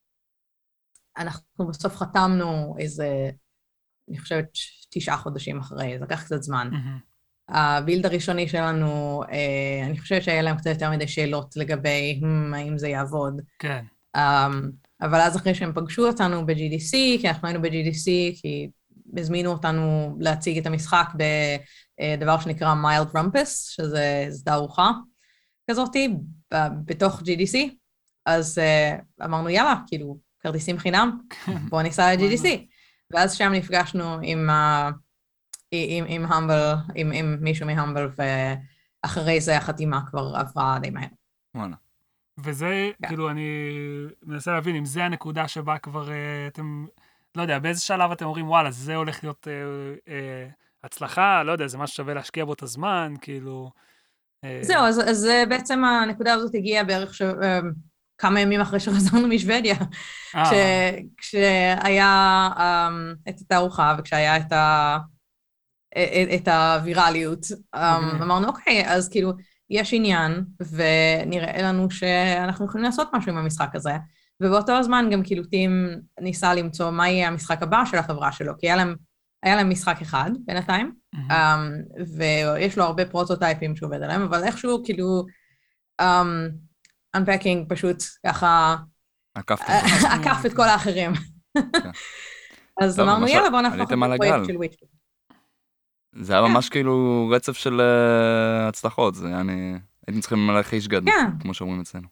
S3: אנחנו בסוף חתמנו איזה, אני חושבת, תשעה חודשים אחרי, זה לקח קצת זמן.
S2: Mm-hmm.
S3: הבילד הראשוני שלנו, uh, אני חושבת שהיה להם קצת יותר מדי שאלות לגבי hmm, האם זה יעבוד.
S2: כן.
S3: Um, אבל אז אחרי שהם פגשו אותנו ב-ג'י די סי, כי אנחנו היינו ב-ג'י די סי, כי הזמינו אותנו להציג את המשחק בדבר שנקרא מיילד רמפס, שזה תערוכה כזאת, בתוך ג'י די סי. אז uh, אמרנו, יאללה, כאילו, כרטיסים חינם, בואו ניסע ל-ג'י די סי. ואז שם נפגשנו עם, uh, עם, עם המבל, עם, עם מישהו מהמבל, ואחרי זה החתימה כבר עברה די מהר.
S1: וואלה.
S2: וזה, yeah. כאילו, אני מנסה להבין, אם זה הנקודה שבה כבר uh, אתם, לא יודע, באיזה שלב אתם אומרים, וואלה, זה הולך להיות uh, uh, הצלחה, לא יודע, זה משהו שווה להשקיע בו את הזמן, כאילו... Uh...
S3: זהו, אז, אז בעצם הנקודה הזאת הגיעה בערך ש... Uh, כמה ימים אחרי שחזרנו משוודיה, כש, כשהיה um, את התערוכה וכשהיה את, ה, את, את הווירליות, um, אמרנו, אוקיי, אז כאילו, יש עניין, ונראה לנו שאנחנו יכולים לעשות משהו עם המשחק הזה, ובאותו הזמן גם כאילו טים ניסה למצוא מה יהיה המשחק הבא של החברה שלו, כי היה להם, היה להם משחק אחד בינתיים, mm-hmm. um, ויש לו הרבה פרוטוטייפים שהוא עובד עליהם, אבל איכשהו כאילו, um, Unpacking פשוט ככה עקף את כל האחרים. אז אמרנו, יאללה, בואו נהפוך את הפרויקט של וויצ'קי.
S1: זה היה ממש כאילו רצף של הצלחות, זה אני... הייתם צריכים ללכת איש גד, כמו שאומרים אצלנו.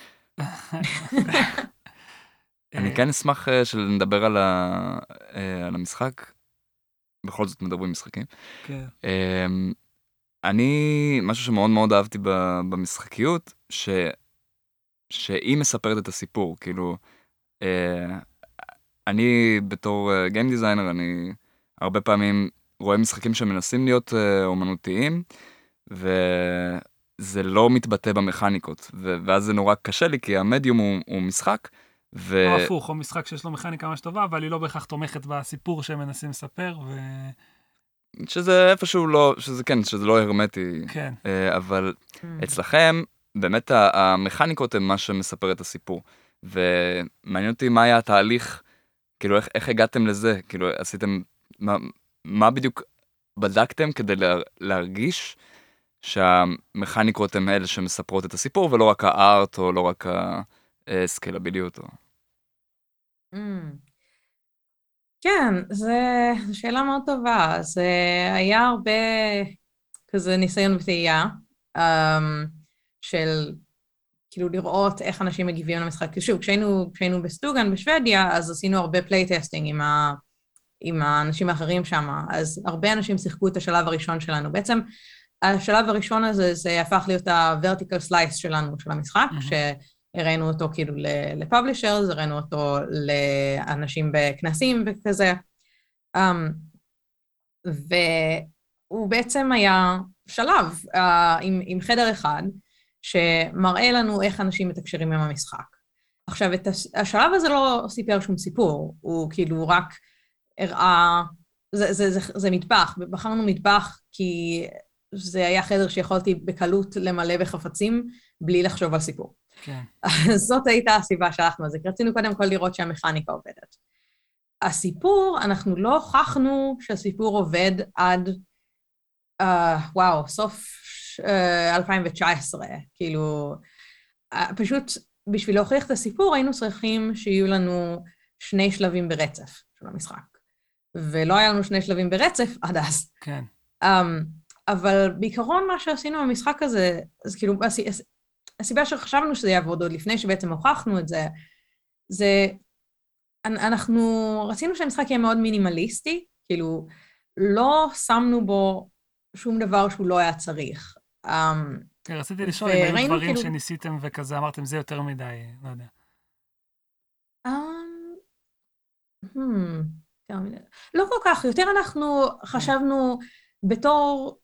S1: אני כן אשמח שנדבר על המשחק, בכל זאת מדברים משחקים. אני, משהו שמאוד מאוד אהבתי במשחקיות, ש... שהיא מספרת את הסיפור, כאילו, אה, אני בתור אה, גיים דיזיינר, אני הרבה פעמים רואה משחקים שמנסים להיות אה, אומנותיים, וזה לא מתבטא במכניקות, ו- ואז זה נורא קשה לי, כי המדיום הוא, הוא משחק, ו...
S2: או הפוך, או משחק שיש לו מכניקה ממש טובה, אבל היא לא בהכרח תומכת בסיפור שהם מנסים לספר, ו...
S1: שזה איפשהו לא, שזה כן, שזה לא הרמטי,
S2: כן.
S1: אה, אבל mm. אצלכם, באמת המכניקות הן מה שמספר את הסיפור, ומעניין אותי מה היה התהליך, כאילו איך, איך הגעתם לזה, כאילו עשיתם, מה, מה בדיוק בדקתם כדי לה, להרגיש שהמכניקות הן אלה שמספרות את הסיפור, ולא רק הארט או לא רק הסקלביליות.
S3: Mm. כן, זו שאלה מאוד טובה, זה היה הרבה כזה ניסיון וטעייה, um, של כאילו לראות איך אנשים מגיבים למשחק. שוב, כשהיינו, כשהיינו בסטוגן בשוודיה, אז עשינו הרבה פלייטסטינג עם, ה, עם האנשים האחרים שם, אז הרבה אנשים שיחקו את השלב הראשון שלנו. בעצם השלב הראשון הזה, זה הפך להיות ה-vertical slice שלנו, של המשחק, mm-hmm. שהראינו אותו כאילו לפאבלישרס, הראינו אותו לאנשים בכנסים וכזה, um, והוא בעצם היה שלב uh, עם, עם חדר אחד, שמראה לנו איך אנשים מתקשרים עם המשחק. עכשיו, את השלב הזה לא סיפר שום סיפור, הוא כאילו רק הראה, זה, זה, זה, זה מטבח, בחרנו מטבח כי זה היה חדר שיכולתי בקלות למלא בחפצים, בלי לחשוב על סיפור.
S2: כן.
S3: זאת הייתה הסיבה שהלכנו על זה, כי רצינו קודם כל לראות שהמכניקה עובדת. הסיפור, אנחנו לא הוכחנו שהסיפור עובד עד, uh, וואו, סוף אלפיים תשע עשרה, כאילו, פשוט בשביל להוכיח את הסיפור, היינו צריכים שיהיו לנו שני שלבים ברצף של המשחק. ולא היה לנו שני שלבים ברצף עד אז.
S2: כן.
S3: Um, אבל בעיקרון מה שעשינו במשחק הזה, אז כאילו, הסיבה שחשבנו שזה יעבוד עוד לפני שבעצם הוכחנו את זה, זה, אנחנו רצינו שהמשחק יהיה מאוד מינימליסטי, כאילו, לא שמנו בו שום דבר שהוא לא היה צריך. Um,
S2: כן, רציתי לשאול אם היו דברים כאילו... שניסיתם וכזה, אמרתם זה יותר מדי, לא יודע.
S3: Um, hmm, לא כל כך, יותר אנחנו חשבנו בתור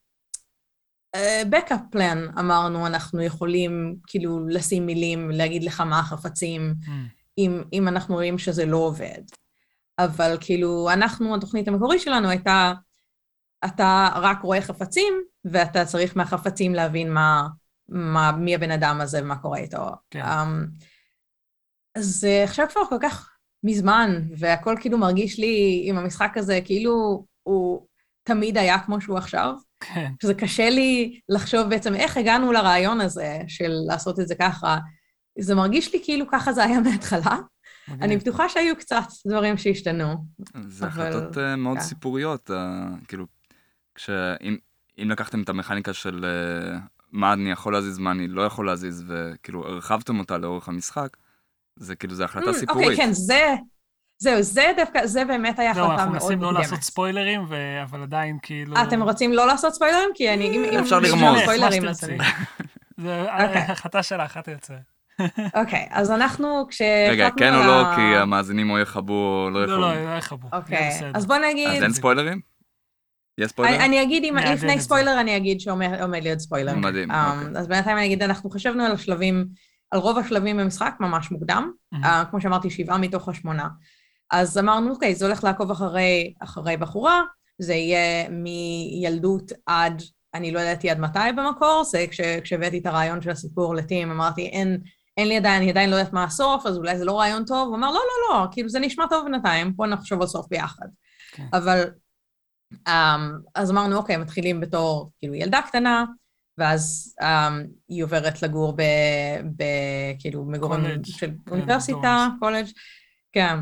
S3: בקאפ פלן, אמרנו, אנחנו יכולים כאילו לשים מילים, להגיד לך מה החפצים, אם, אם אנחנו רואים שזה לא עובד. אבל כאילו, אנחנו, התוכנית המקורית שלנו הייתה, אתה רק רואה חפצים, ואתה צריך מהחפצים להבין מה, מה, מי הבן אדם הזה ומה קורה איתו.
S2: כן.
S3: Um, אז עכשיו כבר כל כך מזמן, והכל כאילו מרגיש לי עם המשחק הזה, כאילו הוא תמיד היה כמו שהוא עכשיו.
S2: כן.
S3: שזה קשה לי לחשוב בעצם איך הגענו לרעיון הזה של לעשות את זה ככה. זה מרגיש לי כאילו ככה זה היה מההתחלה.
S2: מגניב.
S3: אני בטוחה שהיו קצת דברים שהשתנו.
S1: זה
S3: אבל...
S1: החלטות uh, מאוד
S3: כן.
S1: סיפוריות, uh, כאילו, כשאם אם לקחתם את המכניקה של uh, מה אני יכול להזיז, מה אני לא יכול להזיז, וכאילו הרחבתם אותה לאורך המשחק, זה כאילו, זה החלטה
S3: Mm,
S1: סיפורית.
S3: אוקיי, כן, זה, זהו, זה דווקא, זה באמת היה
S2: זהו,
S3: החלטה
S2: אנחנו
S3: מאוד
S2: מנסים לא
S3: מוקדמת.
S2: לעשות ספוילרים, ו... אבל עדיין כאילו...
S3: אה, אתם רוצים לא לעשות ספוילרים? כי אני, אם...
S1: אפשר
S3: אם-
S1: לרמוז.
S3: אם ספוילרים,
S2: מה
S3: אז
S2: שתרצי.
S3: אני...
S2: זה
S3: אוקיי.
S2: החלטה שלך, את יוצא.
S3: אוקיי, אז אנחנו,
S1: רגע,
S3: כשהחלטנו
S1: כן או
S3: על
S1: לא,
S3: ה-
S1: כי המאזינים או יחבו או לא
S2: לא,
S1: יחבו.
S2: לא, לא יחבו.
S3: אוקיי,
S2: בסדר.
S3: אז בוא נגיד...
S1: אז אין ספוילרים? יש ספוילרים?
S3: אני, אני אגיד, אם,
S2: נעדן את
S3: לפני
S2: זה.
S3: ספוילר, אני אגיד שעומד עומד להיות ספוילר.
S1: מדהים,
S3: Um,
S1: אוקיי.
S3: אז בינתיים אני אגיד, אנחנו חשבנו על השלבים, על רוב השלבים במשחק ממש מוקדם,
S2: Mhm.
S3: uh, כמו שאמרתי, שבעה מתוך השמונה. אז אמרנו, אוקיי, זה הולך לעקוב אחרי, אחרי בחורה, זה יהיה מילדות עד, אני לא ידעתי עד מתי במקור, זה כש, כשהבאתי את הרעיון של הסיפור לטים, אמרתי, אין, אין לי עדיין, אני עדיין לא יודעת מה הסוף, אז אולי זה לא רעיון טוב, הוא אמר, לא, לא, לא, כאילו זה נשמע טוב בינתיים, בוא נחשוב על סוף ביחד.
S2: כן.
S3: אבל, um, אז אמרנו, אוקיי, מתחילים בתור, כאילו, ילדה קטנה, ואז um, היא עוברת לגור ב, ב כאילו, מגורים
S2: קולג',
S3: של
S2: כן,
S3: אוניברסיטה, קולג', כן.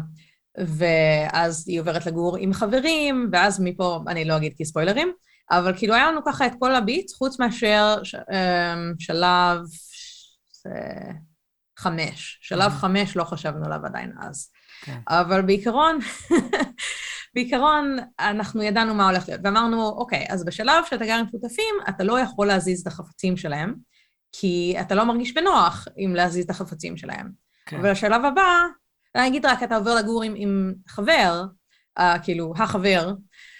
S3: ואז היא עוברת לגור עם חברים, ואז מפה, אני לא אגיד כספוילרים, אבל כאילו היה לנו ככה את כל הביט, חוץ מאשר ש, um, שלב ש- חמש. שלב
S2: Mhm.
S3: חמש לא חשבנו עליו עדיין אז.
S2: כן.
S3: אבל בעיקרון, בעיקרון אנחנו ידענו מה הולך להיות, ואמרנו, אוקיי, אז בשלב שאתה גר עם שותפים, אתה לא יכול להזיז את החפצים שלהם, כי אתה לא מרגיש בנוח אם להזיז את החפצים שלהם.
S2: כן.
S3: אבל השלב הבא, אני אגיד רק, אתה עובר לגור עם, עם חבר, uh, כאילו, החבר,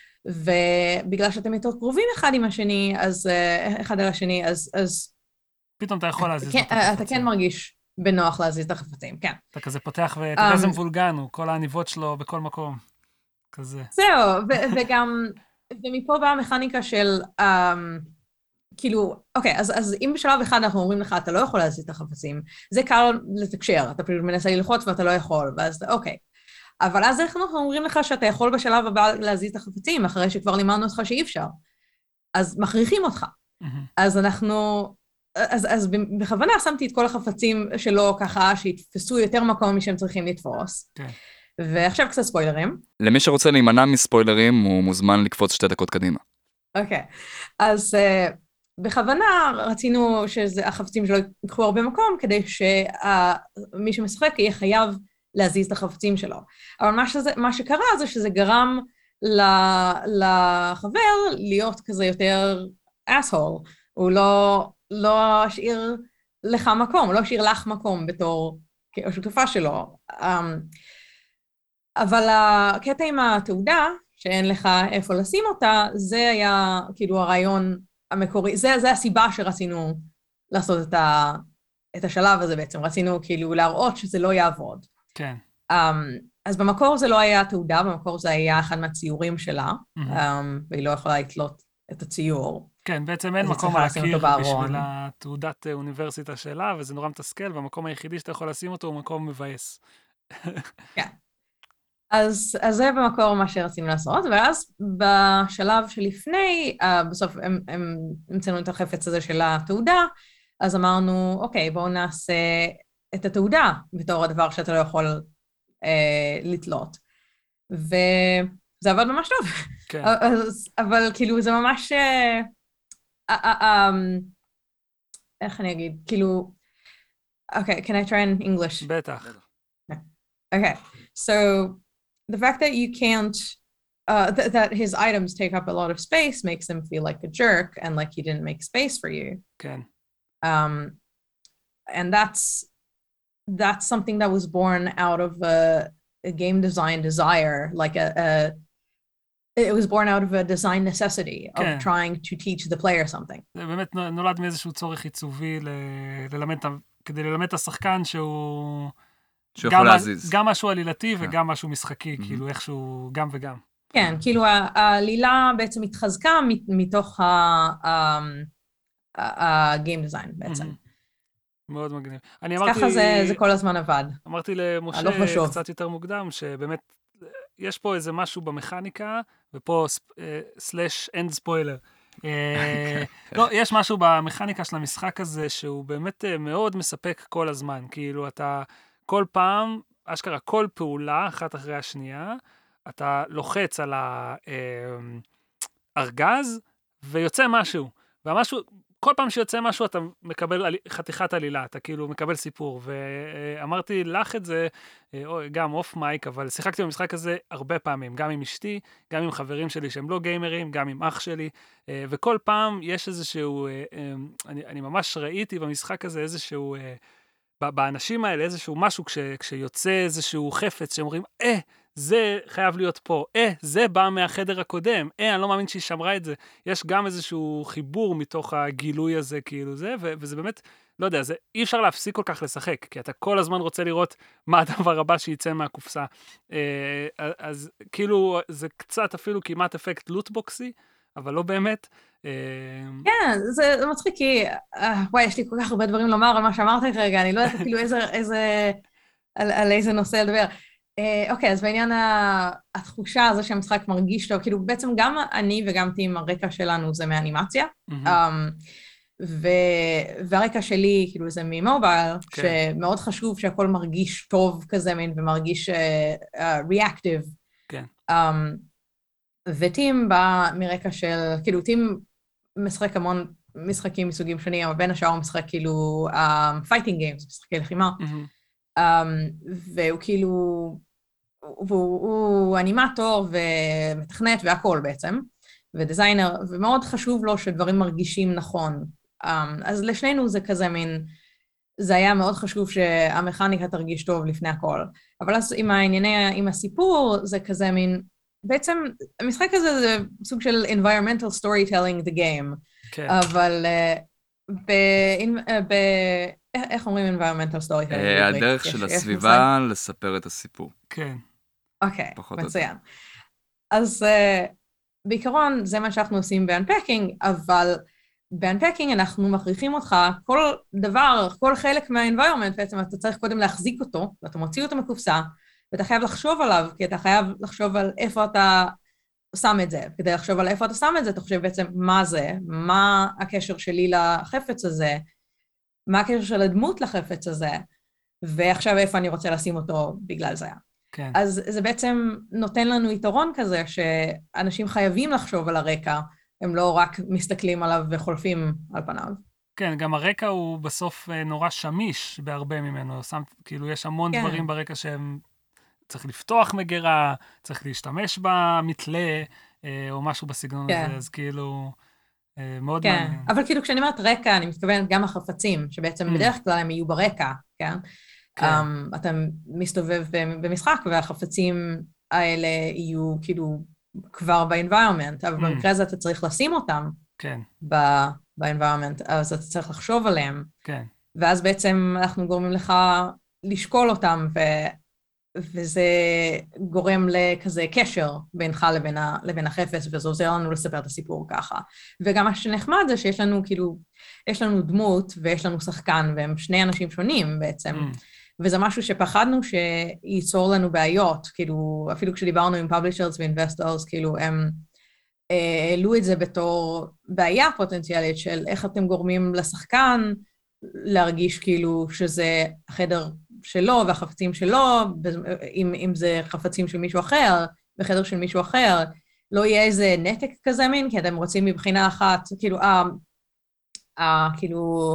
S3: ובגלל שאתם יותר קרובים אחד עם השני, אז, uh, אחד על השני, אז, אז
S2: פתאום אתה יכול להזיז
S3: כן,
S2: את החפצים.
S3: אתה כן מרגיש בנוח להזיז את החפצים, כן.
S2: אתה כזה פותח ואתה יודע איזה מבולגן הוא, כל העניבות שלו בכל מקום. כזה.
S3: זהו, ו- וגם, ומפה באה המכניקה של, um, כאילו, אוקיי, אז, אז אם בשלב אחד אנחנו אומרים לך, אתה לא יכול להזיז את החפצים, זה קל לתקשר, אתה פשוט מנסה ללחוץ ואתה לא יכול, ואז אוקיי. אבל אז אנחנו אומרים לך שאתה יכול בשלב הבא להזיז את החפצים, אחרי שכבר לימדנו אותך שאי אפשר. אז מכריחים אותך.
S2: Mhm.
S3: אז אנחנו, אז, אז בכוונה שמתי את כל החפצים שלו ככה, שיתפסו יותר מקום משהם צריכים לתפוס.
S2: כן.
S3: ועכשיו קצת ספוילרים.
S1: למי שרוצה להימנע מספוילרים, הוא מוזמן לקפוץ שתי דקות קדימה.
S3: אוקיי, אז uh, בכוונה רצינו שהחפצים שלו יקחו הרבה מקום, כדי שמי שמשחק יהיה חייב להזיז את החפצים שלו. אבל מה, שזה, מה שקרה זה שזה גרם לחבר להיות כזה יותר asshole. הוא לא, לא השאיר לך מקום, הוא לא השאיר לך מקום בתור השותפה שלו. Um, אבל הקטע עם התעודה, שאין לך איפה לשים אותה, זה היה כאילו הרעיון המקורי, זה, זה הסיבה שרצינו לעשות את, ה, את השלב הזה בעצם, רצינו כאילו להראות שזה לא יעבוד.
S2: כן.
S3: Um, אז במקור זה לא היה תעודה, במקור זה היה אחד מהציורים שלה,
S2: Mhm.
S3: um, והיא לא יכולה לתלות את הציור.
S2: כן, בעצם אין
S3: אז היא
S2: מקום
S3: צריכה
S2: על
S3: לשים
S2: הקיר
S3: אותו בארון.
S2: בשביל התעודת אוניברסיטה שלה, וזה נורא מתסכל, והמקום היחידי שאתה יכול לשים אותו הוא מקום מבאס.
S3: כן. אז, אז זה במקור מה שרצינו לעשות, ואז בשלב שלפני, uh, בסוף הם, הם המצאנו את החפץ הזה של התעודה, אז אמרנו, אוקיי, בואו נעשה את התעודה בתור הדבר שאתה לא יכול uh, לתלות. וזה עבד ממש טוב.
S2: כן.
S3: אז, אבל כאילו זה ממש... Uh, uh, uh, um, איך אני אגיד? כאילו... אוקיי, can I try in English?
S2: בטח.
S3: Okay, so the fact that you can't, uh, th- that his items take up a lot of space makes him feel like a jerk and like he didn't make space for you.
S2: כן.
S3: Um, and that's that's something that was born out of a, a game design desire, like a, a it was born out of a design necessity of
S2: כן.
S3: trying to teach the player something.
S2: זה באמת נולד מאיזשהו צורך עיצובי ל- ללמד, כדי ללמד את השחקן שהוא...
S1: שיכול להזיז.
S2: גם משהו עלילתי וגם משהו משחקי, כאילו איכשהו גם וגם.
S3: כן, כאילו העלילה בעצם התחזקה מתוך ה-game design בעצם.
S2: מאוד מגניב.
S3: אז ככה זה כל הזמן עבד.
S2: אמרתי למשה קצת יותר מוקדם, שבאמת יש פה איזה משהו במכניקה, ופה סלש אנד ספוילר. לא, יש משהו במכניקה של המשחק הזה, שהוא באמת מאוד מספק כל הזמן. כאילו אתה... כל פעם, אשכרה, כל פעולה, אחת אחרי השנייה, אתה לוחץ על הארגז, ויוצא משהו. והמשהו, כל פעם שיוצא משהו, אתה מקבל חתיכת עלילה, אתה כאילו מקבל סיפור. ואמרתי לך את זה, גם אוף מייק, אבל שיחקתי במשחק הזה הרבה פעמים, גם עם אשתי, גם עם חברים שלי שהם לא גיימרים, גם עם אח שלי, וכל פעם יש איזשהו, אני, אני ממש ראיתי במשחק הזה איזשהו... באנשים האלה איזשהו משהו, כש, כשיוצא איזשהו חפץ, שהם אומרים, אה, זה חייב להיות פה, אה, זה בא מהחדר הקודם, אה, אני לא מאמין שהיא שמרה את זה. יש גם איזשהו חיבור מתוך הגילוי הזה, כאילו זה, ו- וזה באמת, לא יודע, זה, אי אפשר להפסיק כל כך לשחק, כי אתה כל הזמן רוצה לראות מה הדבר הבא שיצא מהקופסה. אה, אז כאילו, זה קצת אפילו כמעט אפקט לוטבוקסי, אבל לא באמת.
S3: כן, זה מצחיק, כי, וואי, יש לי כל כך הרבה דברים לומר על מה שאמרת כרגע, אני לא יודעת אפילו איזה, על איזה נושא לדבר. אוקיי, אז בעניין התחושה הזו שהמשחק מרגיש טוב, כאילו בעצם גם אני וגם טים, הרקע שלנו זה מאנימציה, והרקע שלי, כאילו זה ממובייל, שמאוד חשוב שהכל מרגיש טוב כזה, ומרגיש ריאקטיב. כן. וטים בא מרקע של, כאילו טים משחק המון משחקים מסוגים שונים, אבל בין השאר הוא משחק כאילו פייטינג גיימס, משחקי לחימה, והוא כאילו, הוא אנימטור ומתכנת והכל בעצם, ודיזיינר, ומאוד חשוב לו שדברים מרגישים נכון. אז לשנינו זה כזה מין, זה היה מאוד חשוב שהמכניקה תרגיש טוב לפני הכל. אבל אז עם הענייני, עם הסיפור, זה כזה מין, בעצם, המשחק הזה זה סוג של environmental storytelling the game, אבל איך אומרים environmental storytelling?
S1: הדרך של הסביבה לספר את הסיפור.
S2: כן.
S3: אוקיי, מצוין. אז בעיקרון זה מה שאנחנו עושים ב-unpacking, אבל ב-unpacking אנחנו מכריחים אותך, כל דבר, כל חלק מה-environment, בעצם אתה צריך קודם להחזיק אותו, ואתה מוציא אותו מקופסה, ואתה חייב לחשוב עליו, כי אתה חייב לחשוב על איפה אתה שם את זה. כדי לחשוב על איפה אתה שם את זה, אתה חושב בעצם מה זה, מה הקשר שלי לחפץ הזה, מה הקשר של הדמות לחפץ הזה, ועכשיו איפה אני רוצה לשים אותו בגלל זה.
S2: כן.
S3: אז זה בעצם נותן לנו יתרון כזה, שאנשים חייבים לחשוב על הרקע, הם לא רק מסתכלים עליו וחולפים על פניו.
S2: כן, גם הרקע הוא בסוף נורא שמיש בהרבה ממנו, שם, כאילו יש המון כן. דברים ברקע שהם צריך לפתוח מגירה, צריך להשתמש במתלה, או משהו בסגנון כן. הזה, אז כאילו, מאוד
S3: כן.
S2: מעניין.
S3: אבל כאילו כשאני אומרת רקע, אני מתכוונת גם החפצים, שבעצם mm. בדרך כלל הם יהיו ברקע, כן? כן. Um, אתה מסתובב במשחק, והחפצים האלה יהיו כאילו כבר ב-environment, אבל mm. במקרה הזה אתה צריך לשים אותם
S2: כן.
S3: ב-environment, אז אתה צריך לחשוב עליהם.
S2: כן.
S3: ואז בעצם אנחנו גורמים לך לשקול אותם, ו... וזה גורם לכזה קשר בינך לבין, ה, לבין החפץ, וזה עוזר לנו לספר את הסיפור ככה. וגם מה שנחמד זה שיש לנו כאילו, יש לנו דמות ויש לנו שחקן, והם שני אנשים שונים בעצם. Mm. וזה משהו שפחדנו שייצור לנו בעיות, כאילו, אפילו כשדיברנו עם publishers ו-investors, כאילו, הם העלו את זה בתור בעיה פוטנציאלית של איך אתם גורמים לשחקן להרגיש כאילו שזה החדר שלו והחפצים שלו, אם, אם זה חפצים של מישהו אחר, בחדר של מישהו אחר, לא יהיה איזה נתק כזה מין, כי אתם רוצים מבחינה אחת, כאילו, אה, אה, כאילו,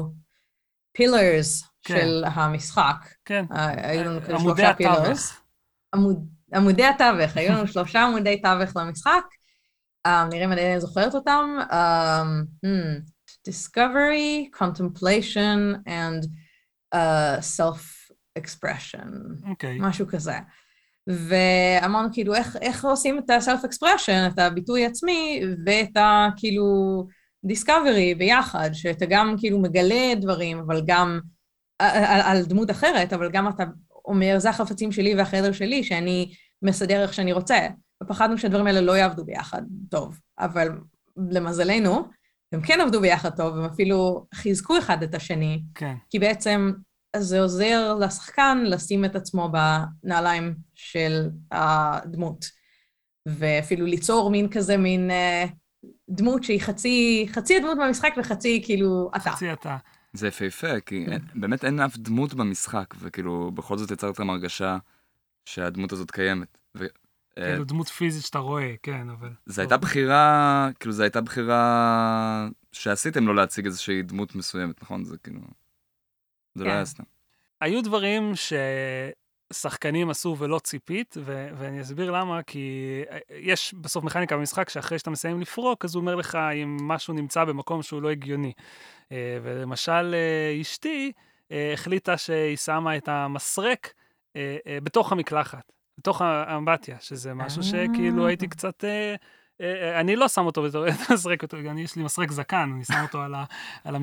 S3: pillars כן. של המשחק.
S2: כן.
S3: היו לנו כאילו
S2: עמודי
S3: שלושה pillars.
S2: התווך.
S3: עמוד, עמודי התווך, היו לנו שלושה עמודי תווך למשחק, um, נראה אם אני זוכרת אותם, um, hmm, discovery, contemplation, and uh, self-expression.
S2: Okay.
S3: משהו כזה. ואמרנו כאילו, איך, איך עושים את ה-self-expression, את הביטוי עצמי, ואת ה, כאילו, discovery ביחד, שאתה גם כאילו מגלה דברים, אבל גם על, על דמות אחרת, אבל גם אתה אומר, זה החפצים שלי והחדר שלי, שאני מסדר איך שאני רוצה. ופחדנו שהדברים האלה לא יעבדו ביחד טוב, אבל למזלנו, הם כן עבדו ביחד טוב, הם אפילו חיזקו אחד את השני,
S2: כן.
S3: כי בעצם זה עוזר לשחקן לשים את עצמו בנעליים של הדמות, ואפילו ליצור מין כזה, מין uh, דמות שהיא חצי, חצי הדמות במשחק וחצי כאילו אתה.
S2: חצי אתה.
S1: זה יפהפה, כי אין, באמת אין אף דמות במשחק, וכאילו בכל זאת יצרתם הרגשה שהדמות הזאת קיימת. ו...
S2: כאילו דמות פיזית שאתה רואה, כן, אבל...
S1: זה הייתה בחירה, כאילו זה הייתה בחירה שעשיתם לא להציג איזושהי דמות מסוימת, נכון? זה כאילו... זה לא היה סתם.
S2: היו דברים ששחקנים עשו ולא ציפית, ו- ואני אסביר למה, כי יש בסוף מכניקה במשחק שאחרי שאתה מסיים לפרוק, אז הוא אומר לך אם משהו נמצא במקום שהוא לא הגיוני. ולמשל, אשתי החליטה שהיא שמה את המסרק בתוך המקלחת, בתוך האמבטיה, שזה משהו שכאילו הייתי קצת... אני לא שם אותו בתור, מסרק אותו, יש לי מסרק זקן, אני שם אותו על ה... על ה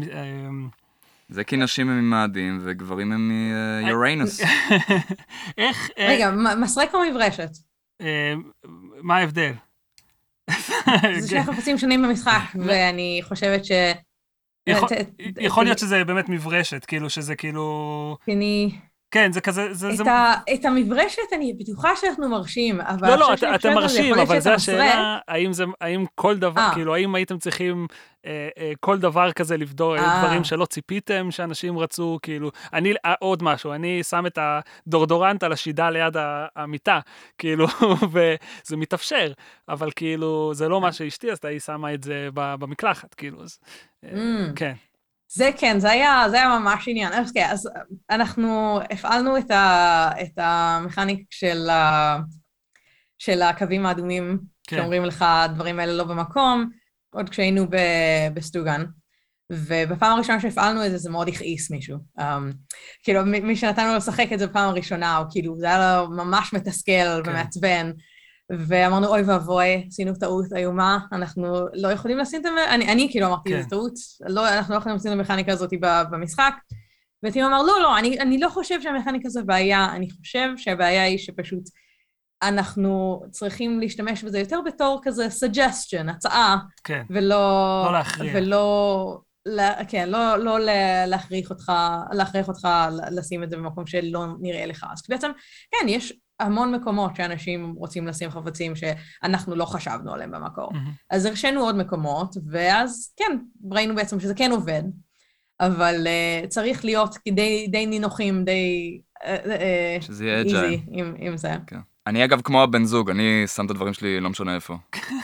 S1: זה כי נשים הם ממאדים וגברים הם מיורנוס.
S2: איך...
S3: רגע, מסרק או מברשת?
S2: מה ההבדל?
S3: זה שני חפצים שונים במשחק, ואני חושבת ש...
S2: יכול להיות שזה באמת מברשת, כאילו שזה כאילו...
S3: אני...
S2: כן, זה כזה...
S3: את המברשת אני בטוחה שאנחנו מרשים, אבל...
S2: לא, לא, אתם מרשים, אבל זה השאלה, האם כל דבר, כאילו, האם הייתם צריכים כל דבר כזה לבדוק, דברים שלא ציפיתם, שאנשים רצו, כאילו... אני, עוד משהו, אני שם את הדורדורנט על השידה ליד המיטה, כאילו, וזה מתאפשר, אבל כאילו, זה לא מה שאשתי, אז היא שמה את זה במקלחת, כאילו, אז... כן.
S3: זה כן, זה היה, זה היה ממש עניין. אז, כן, אז אנחנו הפעלנו את, ה, את המכניק של, ה, של הקווים האדומים, כן. שאומרים לך, הדברים האלה לא במקום, עוד כשהיינו ב, בסטוגן. ובפעם הראשונה שהפעלנו את זה, זה מאוד הכעיס מישהו. Um, כאילו, מי שנתן לו לשחק את זה בפעם הראשונה, או כאילו, זה היה לו ממש מתסכל כן. ומעצבן. ואמרנו, אוי ואבוי, עשינו טעות איומה, אנחנו לא יכולים לשים את זה, אני, אני כאילו אמרתי, כן. זה טעות, לא, אנחנו לא יכולים לשים את המכניקה הזאת במשחק, וטיום אמר, לא, לא, אני, אני לא חושב שהמכניקה הזאת בעיה, אני חושב שהבעיה היא שפשוט אנחנו צריכים להשתמש בזה יותר בתור כזה suggestion, הצעה,
S2: כן.
S3: ולא...
S2: לא להכריח.
S3: ולא... כן, לא, לא להכריח אותך, להכריח אותך לשים את זה במקום שלא נראה לך. אז בעצם, כן, יש המון מקומות שאנשים רוצים לשים חפצים שאנחנו לא חשבנו עליהם במקור. Mm-hmm. אז הרשנו עוד מקומות, ואז כן, ראינו בעצם שזה כן עובד, אבל uh, צריך להיות די, די נינוחים, די uh, uh,
S1: שזה יהיה אג'ייל.
S3: עם, עם זה.
S1: כן. אני אגב כמו הבן זוג, אני שם את הדברים שלי לא משנה איפה.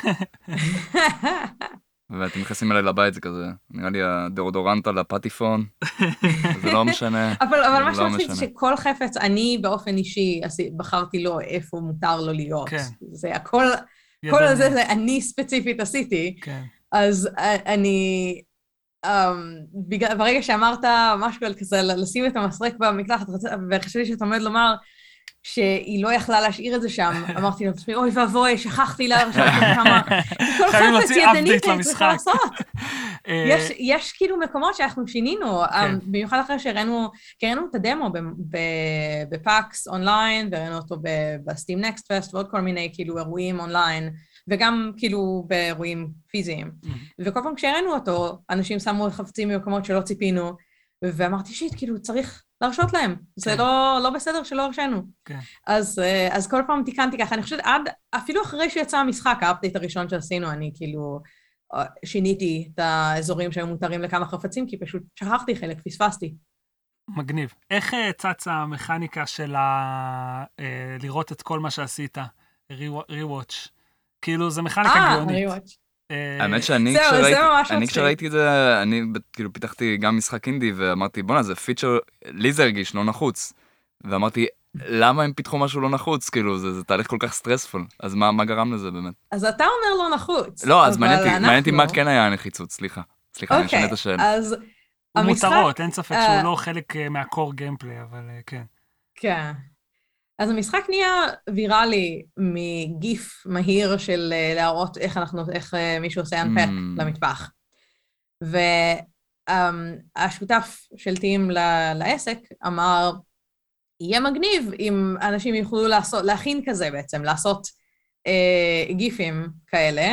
S1: ואתם נכנסים אליי לבית, זה כזה, נראה לי הדאודורנט על הפטיפון, זה לא משנה.
S3: אבל, אבל מה שמצחיק זה שכל חפץ, אני באופן אישי בחרתי לו איפה מותר לו להיות. כן. זה הכל, כל הזה זה אני ספציפית עשיתי. כן. אז אני, um, בגלל, ברגע שאמרת משהו על כזה, לשים את המסרק במקלחת, וחשבתי שאתה עומד לומר, שהיא לא יכלה להשאיר את זה שם, אמרתי לעצמי, אוי ואבוי, שכחתי להרשת כמה, כל חפץ ידנית צריכה לעשות. יש כאילו מקומות שאנחנו שינינו, במיוחד אחרי שראינו, קראנו את הדמו בפאקס אונליין, וראינו אותו בסטים נקסט פסט, ועוד כל מיני כאילו אירועים אונליין, וגם כאילו באירועים פיזיים. וכל פעם כשראינו אותו, אנשים שמו חפצים במקומות שלא ציפינו, ואמרתי שיט, כאילו צריך, להרשות להם. זה לא, לא בסדר שלא הרשנו.
S2: כן.
S3: אז, אז כל פעם תיקנתי ככה, אני חושבת עד, אפילו אחרי שיצא המשחק, האפדייט הראשון שעשינו, אני כאילו שיניתי את האזורים שהיו מותרים לכמה חפצים, כי פשוט שכחתי חלק, פספסתי.
S2: מגניב. איך צצה המכניקה של ה... לראות את כל מה שעשית? ריוואץ'. כאילו, זה מכניקה גאונית.
S3: אה, ריוואץ'.
S1: האמת שאני כשראיתי את זה, אני כאילו פיתחתי גם משחק אינדי, ואמרתי, בוא'נה, זה פיצ'ר, לי זה הרגיש לא נחוץ. ואמרתי, למה הם פיתחו משהו לא נחוץ? כאילו, זה תהליך כל כך סטרספול. אז מה גרם לזה באמת?
S3: אז אתה אומר לא נחוץ.
S1: לא, אז מעניין אותי מה כן היה הנחיצות, סליחה. סליחה, אני אשנה את השאלה.
S3: אז
S2: הוא מותרות, אין ספק שהוא לא חלק מהקור גיימפליי, אבל כן.
S3: כן. אז המשחק נהיה ויראלי מגיף מהיר של להראות איך אנחנו, איך מישהו עושה אנפק למטבח. והשותף של טים לעסק אמר, יהיה מגניב אם אנשים יוכלו לעשות, להכין כזה בעצם, לעשות אה, גיפים כאלה,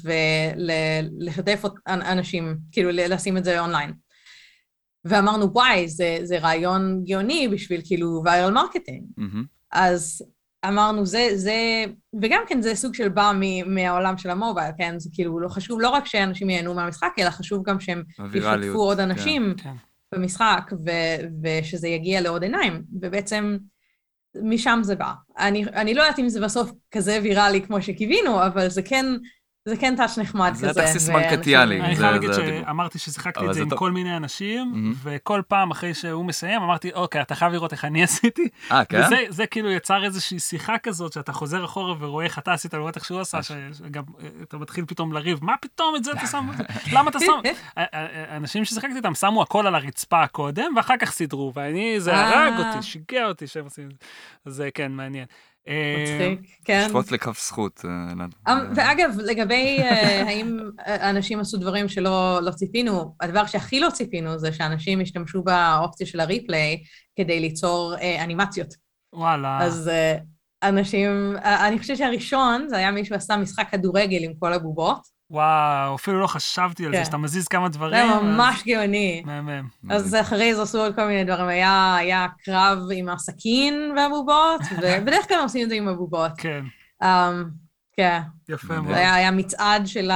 S3: ולשתף אנשים, כאילו לשים את זה אונליין. ואמרנו, וואי, זה, זה רעיון גאוני בשביל כאילו ויירל מרקטינג. Mm-hmm. אז אמרנו, זה, זה, וגם כן זה סוג של בא מהעולם של המובייל, כן? זה כאילו לא חשוב, לא רק שאנשים ייהנו מהמשחק, אלא חשוב גם שהם ישתפו עוד אנשים כן, כן. במשחק, ו- ושזה יגיע לעוד עיניים, ובעצם משם זה בא. אני, אני לא יודעת אם זה בסוף כזה ויראלי כמו שקיווינו, אבל זה כן... זה כן טאץ' נחמד כזה.
S1: זה תכסיס מרקטיאלי.
S2: אני חייב להגיד שאמרתי ששיחקתי את זה עם כל מיני אנשים, וכל פעם אחרי שהוא מסיים, אמרתי, אוקיי, אתה חייב לראות איך אני עשיתי.
S1: אה, כן?
S2: וזה כאילו יצר איזושהי שיחה כזאת, שאתה חוזר אחורה ורואה איך אתה עשית, לראות איך שהוא עשה, שגם אתה מתחיל פתאום לריב, מה פתאום את זה אתה שם? למה אתה שם? אנשים ששיחקתי איתם שמו הכל על הרצפה קודם, ואחר כך סידרו, ואני, זה הרג אותי, שיגע אותי שהם עושים את זה. אז זה כן, מעניין.
S3: מצחיק, כן.
S1: שפוט לכף זכות.
S3: ואגב, לגבי האם אנשים עשו דברים שלא ציפינו, הדבר שהכי לא ציפינו זה שאנשים השתמשו באופציה של הריפליי כדי ליצור אנימציות.
S2: וואלה.
S3: אז אנשים, אני חושבת שהראשון, זה היה מישהו עשה משחק כדורגל עם כל הבובות.
S2: וואו, אפילו לא חשבתי על זה, שאתה מזיז כמה דברים.
S3: זה ממש גאוני.
S2: מהמם.
S3: אז אחרי זה עשו עוד כל מיני דברים. היה קרב עם הסכין והבובות, ובדרך כלל עושים את זה עם הבובות.
S2: כן.
S3: כן.
S2: יפה מאוד.
S3: היה מצעד של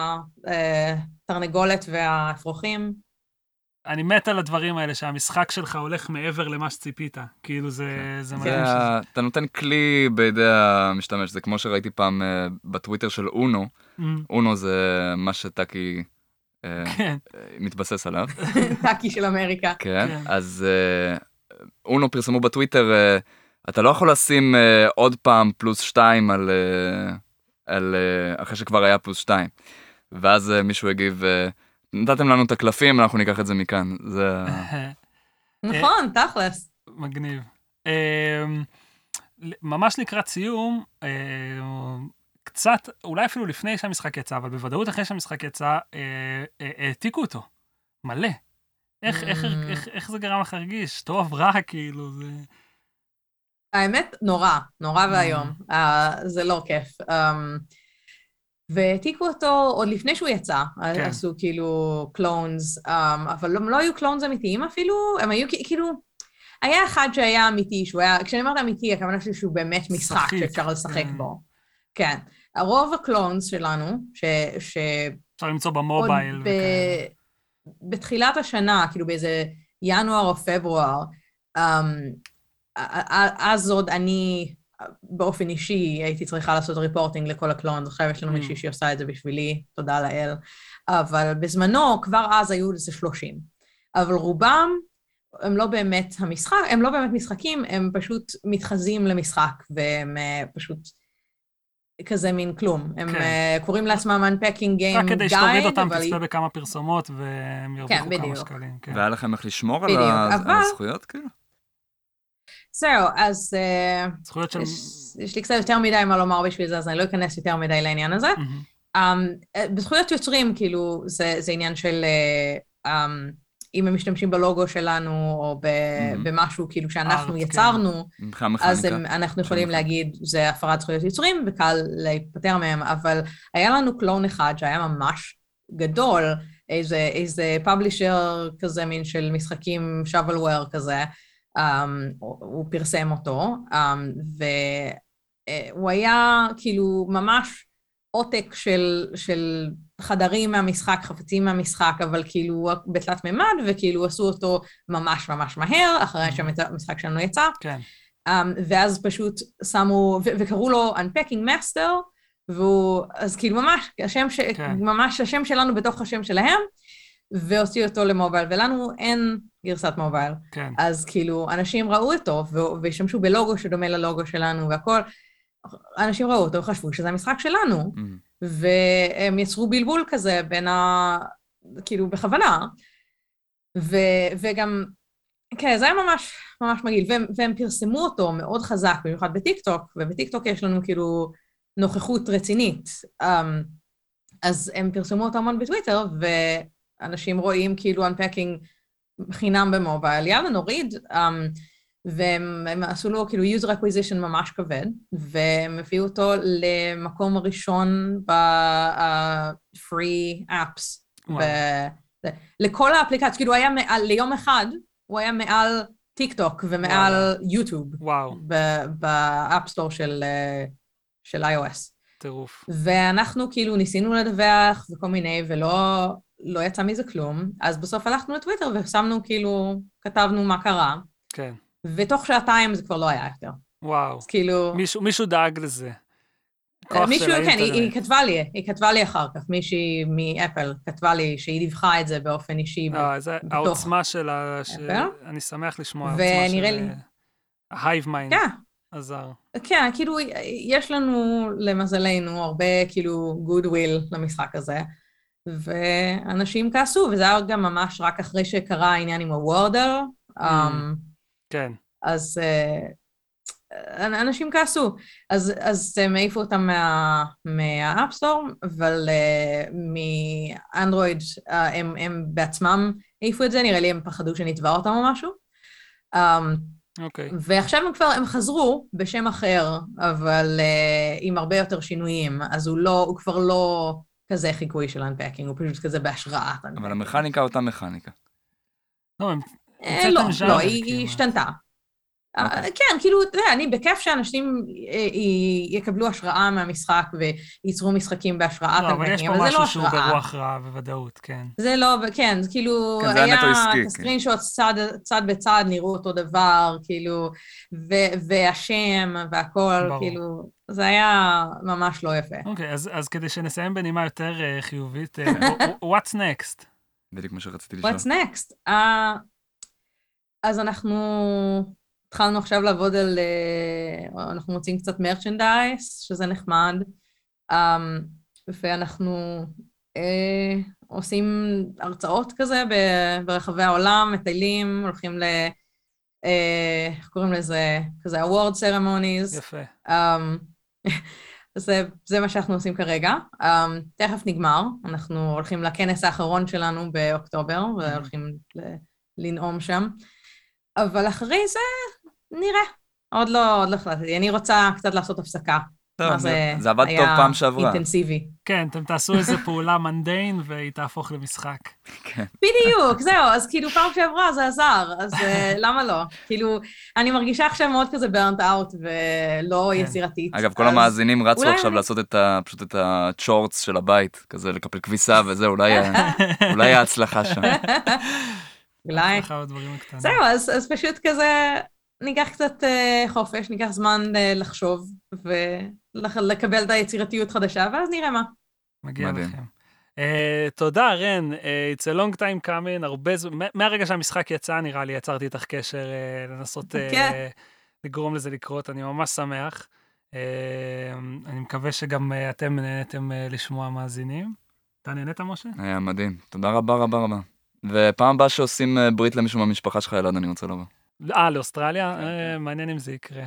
S3: התרנגולת והאפרוחים.
S2: אני מת על הדברים האלה, שהמשחק שלך הולך מעבר למה שציפית. כאילו זה מדהים.
S1: אתה נותן כלי בידי המשתמש, זה כמו שראיתי פעם בטוויטר של אונו. אונו זה מה שטאקי מתבסס עליו.
S3: טאקי של אמריקה.
S1: כן, אז אונו פרסמו בטוויטר, אתה לא יכול לשים עוד פעם פלוס שתיים על אחרי שכבר היה פלוס שתיים. ואז מישהו הגיב, נתתם לנו את הקלפים, אנחנו ניקח את זה מכאן.
S3: נכון, תכלס.
S2: מגניב. ממש לקראת סיום, קצת, אולי אפילו לפני שהמשחק יצא, אבל בוודאות אחרי שהמשחק יצא, העתיקו אותו. מלא. איך זה גרם לך להרגיש? טוב, רע, כאילו, זה...
S3: האמת, נורא, נורא והיום. זה לא כיף. והעתיקו אותו עוד לפני שהוא יצא, עשו כאילו קלונס, אבל הם לא היו קלונס אמיתיים אפילו, הם היו כאילו, היה אחד שהיה אמיתי, שהוא היה, כשאני אומרת אמיתי, הכוונה שלי שהוא באמת משחק שאפשר לשחק בו. כן. הרוב הקלונס שלנו, ש...
S2: אפשר למצוא במובייל.
S3: בתחילת השנה, כאילו באיזה ינואר או פברואר, אז עוד אני... באופן אישי הייתי צריכה לעשות ריפורטינג לכל הקלונס, עכשיו יש לנו מישהי שעושה את זה בשבילי, תודה לאל, אבל בזמנו כבר אז היו לזה שלושים, אבל רובם הם לא באמת המשחק, הם לא באמת משחקים, הם פשוט מתחזים למשחק, והם פשוט כזה מין כלום, הם קוראים לעצמם Unpacking Game Guide,
S2: רק כדי שתוריד אותם, תצפה בכמה פרסומות, והם ירוויחו כמה שקלים.
S1: והיה לכם איך לשמור על הזכויות כאילו?
S3: זהו, אז
S2: זכויות של...
S3: יש לי קצת יותר מדי מה לומר בשביל זה, אז אני לא אכנס יותר מדי לעניין הזה. בזכויות יוצרים, כאילו, זה עניין של אם הם משתמשים בלוגו שלנו, או במשהו כאילו שאנחנו יצרנו, אז אנחנו יכולים להגיד, זה הפרת זכויות יוצרים, וקל להיפטר מהם, אבל היה לנו קלון אחד שהיה ממש גדול, איזה פאבלישר כזה מין של משחקים shovelware כזה, הוא פרסם אותו, והוא היה כאילו ממש עותק של, של חדרים מהמשחק, חפצים מהמשחק, אבל כאילו בתלת מימד, וכאילו עשו אותו ממש ממש מהר, אחרי שהמשחק שלנו יצא.
S2: כן.
S3: ואז פשוט שמו, וקראו לו Unpacking Master, והוא, אז כאילו ממש, השם, ש, כן. ממש השם שלנו בתוך השם שלהם, והוציאו אותו למובייל, ולנו אין גרסת מובייל.
S2: כן.
S3: אז כאילו, אנשים ראו אותו, והשתמשו בלוגו שדומה ללוגו שלנו, והכל, אנשים ראו אותו, חשבו שזה המשחק שלנו, mm. והם יצרו בלבול כזה בין ה... כאילו, בכוונה, ו, וגם, כן, זה היה ממש, ממש מגעיל, והם, והם פרסמו אותו מאוד חזק, במיוחד בטיקטוק, ובטיקטוק יש לנו כאילו נוכחות רצינית, אז הם פרסמו אותו המון בטוויטר, ואנשים רואים כאילו unpacking חינם במובייל, יאללה נוריד, והם עשו לו כאילו user acquisition ממש כבד, והם הביאו אותו למקום הראשון ב-free apps, לכל האפליקציות, כאילו היה ליום אחד, הוא היה מעל טיק טוק ומעל יוטיוב, באפסטור של של iOS.
S2: טירוף.
S3: ואנחנו כאילו ניסינו לדווח וכל מיני, ולא לא יצא מזה כלום, אז בסוף הלכנו לטוויטר ושמנו כאילו, כתבנו מה קרה.
S2: כן.
S3: ותוך שעתיים זה כבר לא היה יותר.
S2: וואו.
S3: אז כאילו...
S2: מישהו, מישהו דאג לזה.
S3: מישהו, כן, היא, היא כתבה לי, היא כתבה לי אחר כך, מישהי מאפל כתבה לי שהיא דיווחה את זה באופן אישי.
S2: אה, זה העוצמה שלה, שאני שמח לשמוע, העוצמה של ה-Hive Mind.
S3: כן.
S2: עזר.
S3: כן, כאילו, יש לנו, למזלנו, הרבה, כאילו, goodwill למשחק הזה, ואנשים כעסו, וזה היה גם ממש רק אחרי שקרה העניין עם הוורדר.
S2: כן.
S3: אז אנשים כעסו. אז הם העיפו אותם מהאפסטור, אבל מאנדרואיד הם בעצמם העיפו את זה, נראה לי הם פחדו שנתבע אותם או משהו.
S2: אוקיי.
S3: ועכשיו הם כבר, הם חזרו בשם אחר, אבל uh, עם הרבה יותר שינויים, אז הוא לא, הוא כבר לא כזה חיקוי של Unpacking, הוא פשוט כזה בהשראת.
S1: אבל המכניקה אותה מכניקה.
S2: לא, הם...
S3: לא, לא, היא השתנתה. כן, כאילו, אתה יודע, אני בכיף שאנשים יקבלו השראה מהמשחק וייצרו משחקים בהשראת
S2: Unpacking, אבל זה לא השראה. אבל יש פה משהו שהוא ברוח רע בוודאות, כן.
S3: זה לא, כן, זה כאילו, היה את הסקרינשוט צד בצד, נראו אותו דבר, כאילו, והשם והכל, כאילו, זה היה ממש לא יפה.
S2: אוקיי, אז כדי שנסיים בנימה יותר חיובית, what's next?
S1: בדיוק מה שרציתי לשאול.
S3: what's next? אז אנחנו... התחלנו עכשיו לעבוד על, אנחנו מוצאים קצת מרצ'נדייס, שזה נחמד, ואנחנו עושים הרצאות כזה ברחבי העולם, מטיילים, הולכים ל... איך קוראים לזה? כזה award ceremonies.
S2: יפה.
S3: זה מה שאנחנו עושים כרגע. תכף נגמר, אנחנו הולכים לכנס האחרון שלנו באוקטובר, והולכים לנאום שם. אבל אחרי זה, נראה. עוד לא, עוד לא החלטתי. אני רוצה קצת לעשות הפסקה.
S1: טוב, זה, זה עבד טוב פעם שעברה.
S3: אינטנסיבי.
S2: כן, אתם תעשו איזו פעולה מנדיין, והיא תהפוך למשחק.
S1: כן.
S3: בדיוק, זהו. אז כאילו פעם שעברה זה עזר, אז למה לא? כאילו, אני מרגישה עכשיו מאוד כזה burnt out, ולא כן. יצירתית.
S1: אגב, כל המאזינים רצו עכשיו אני... לעשות את ה, פשוט את הצ'ורטס של הבית, כזה לקפל כביסה, וזה אולי, אולי ההצלחה שם.
S3: אולי. זהו, אז, אז פשוט כזה, ניקח קצת uh, חופש, ניקח זמן uh, לחשוב, ולקבל את היצירתיות חדשה, ואז נראה מה.
S2: מגיע לכם. Uh, תודה, רן. Uh, it's a long time coming, הרבה זמן, מהרגע שהמשחק יצא, נראה לי, יצרתי איתך קשר, uh, לנסות uh, okay. לגרום לזה לקרות, אני ממש שמח. Uh, אני מקווה שגם uh, אתם נהנתם uh, לשמוע מאזינים. אתה נהנית, משה?
S1: היה מדהים. תודה רבה רבה רבה. ופעם הבאה שעושים ברית למישהו מהמשפחה שלך, ילד, אני רוצה לבוא.
S2: אה, לאוסטרליה? מעניין אם זה יקרה.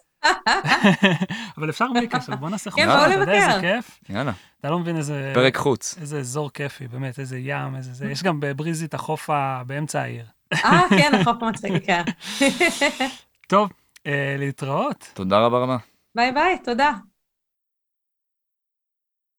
S2: אבל אפשר בלי קשר, בוא נעשה חוץ.
S3: כן, בוא לבקר.
S2: אתה יודע, איזה כיף.
S1: יאללה.
S2: אתה לא מבין איזה...
S1: פרק חוץ.
S2: איזה אזור כיפי, באמת, איזה ים, איזה זה. יש גם בבריזי את החוף באמצע העיר.
S3: אה, כן, החוף המצחיק, כן.
S2: טוב, להתראות.
S1: תודה רבה רבה.
S3: ביי ביי, תודה.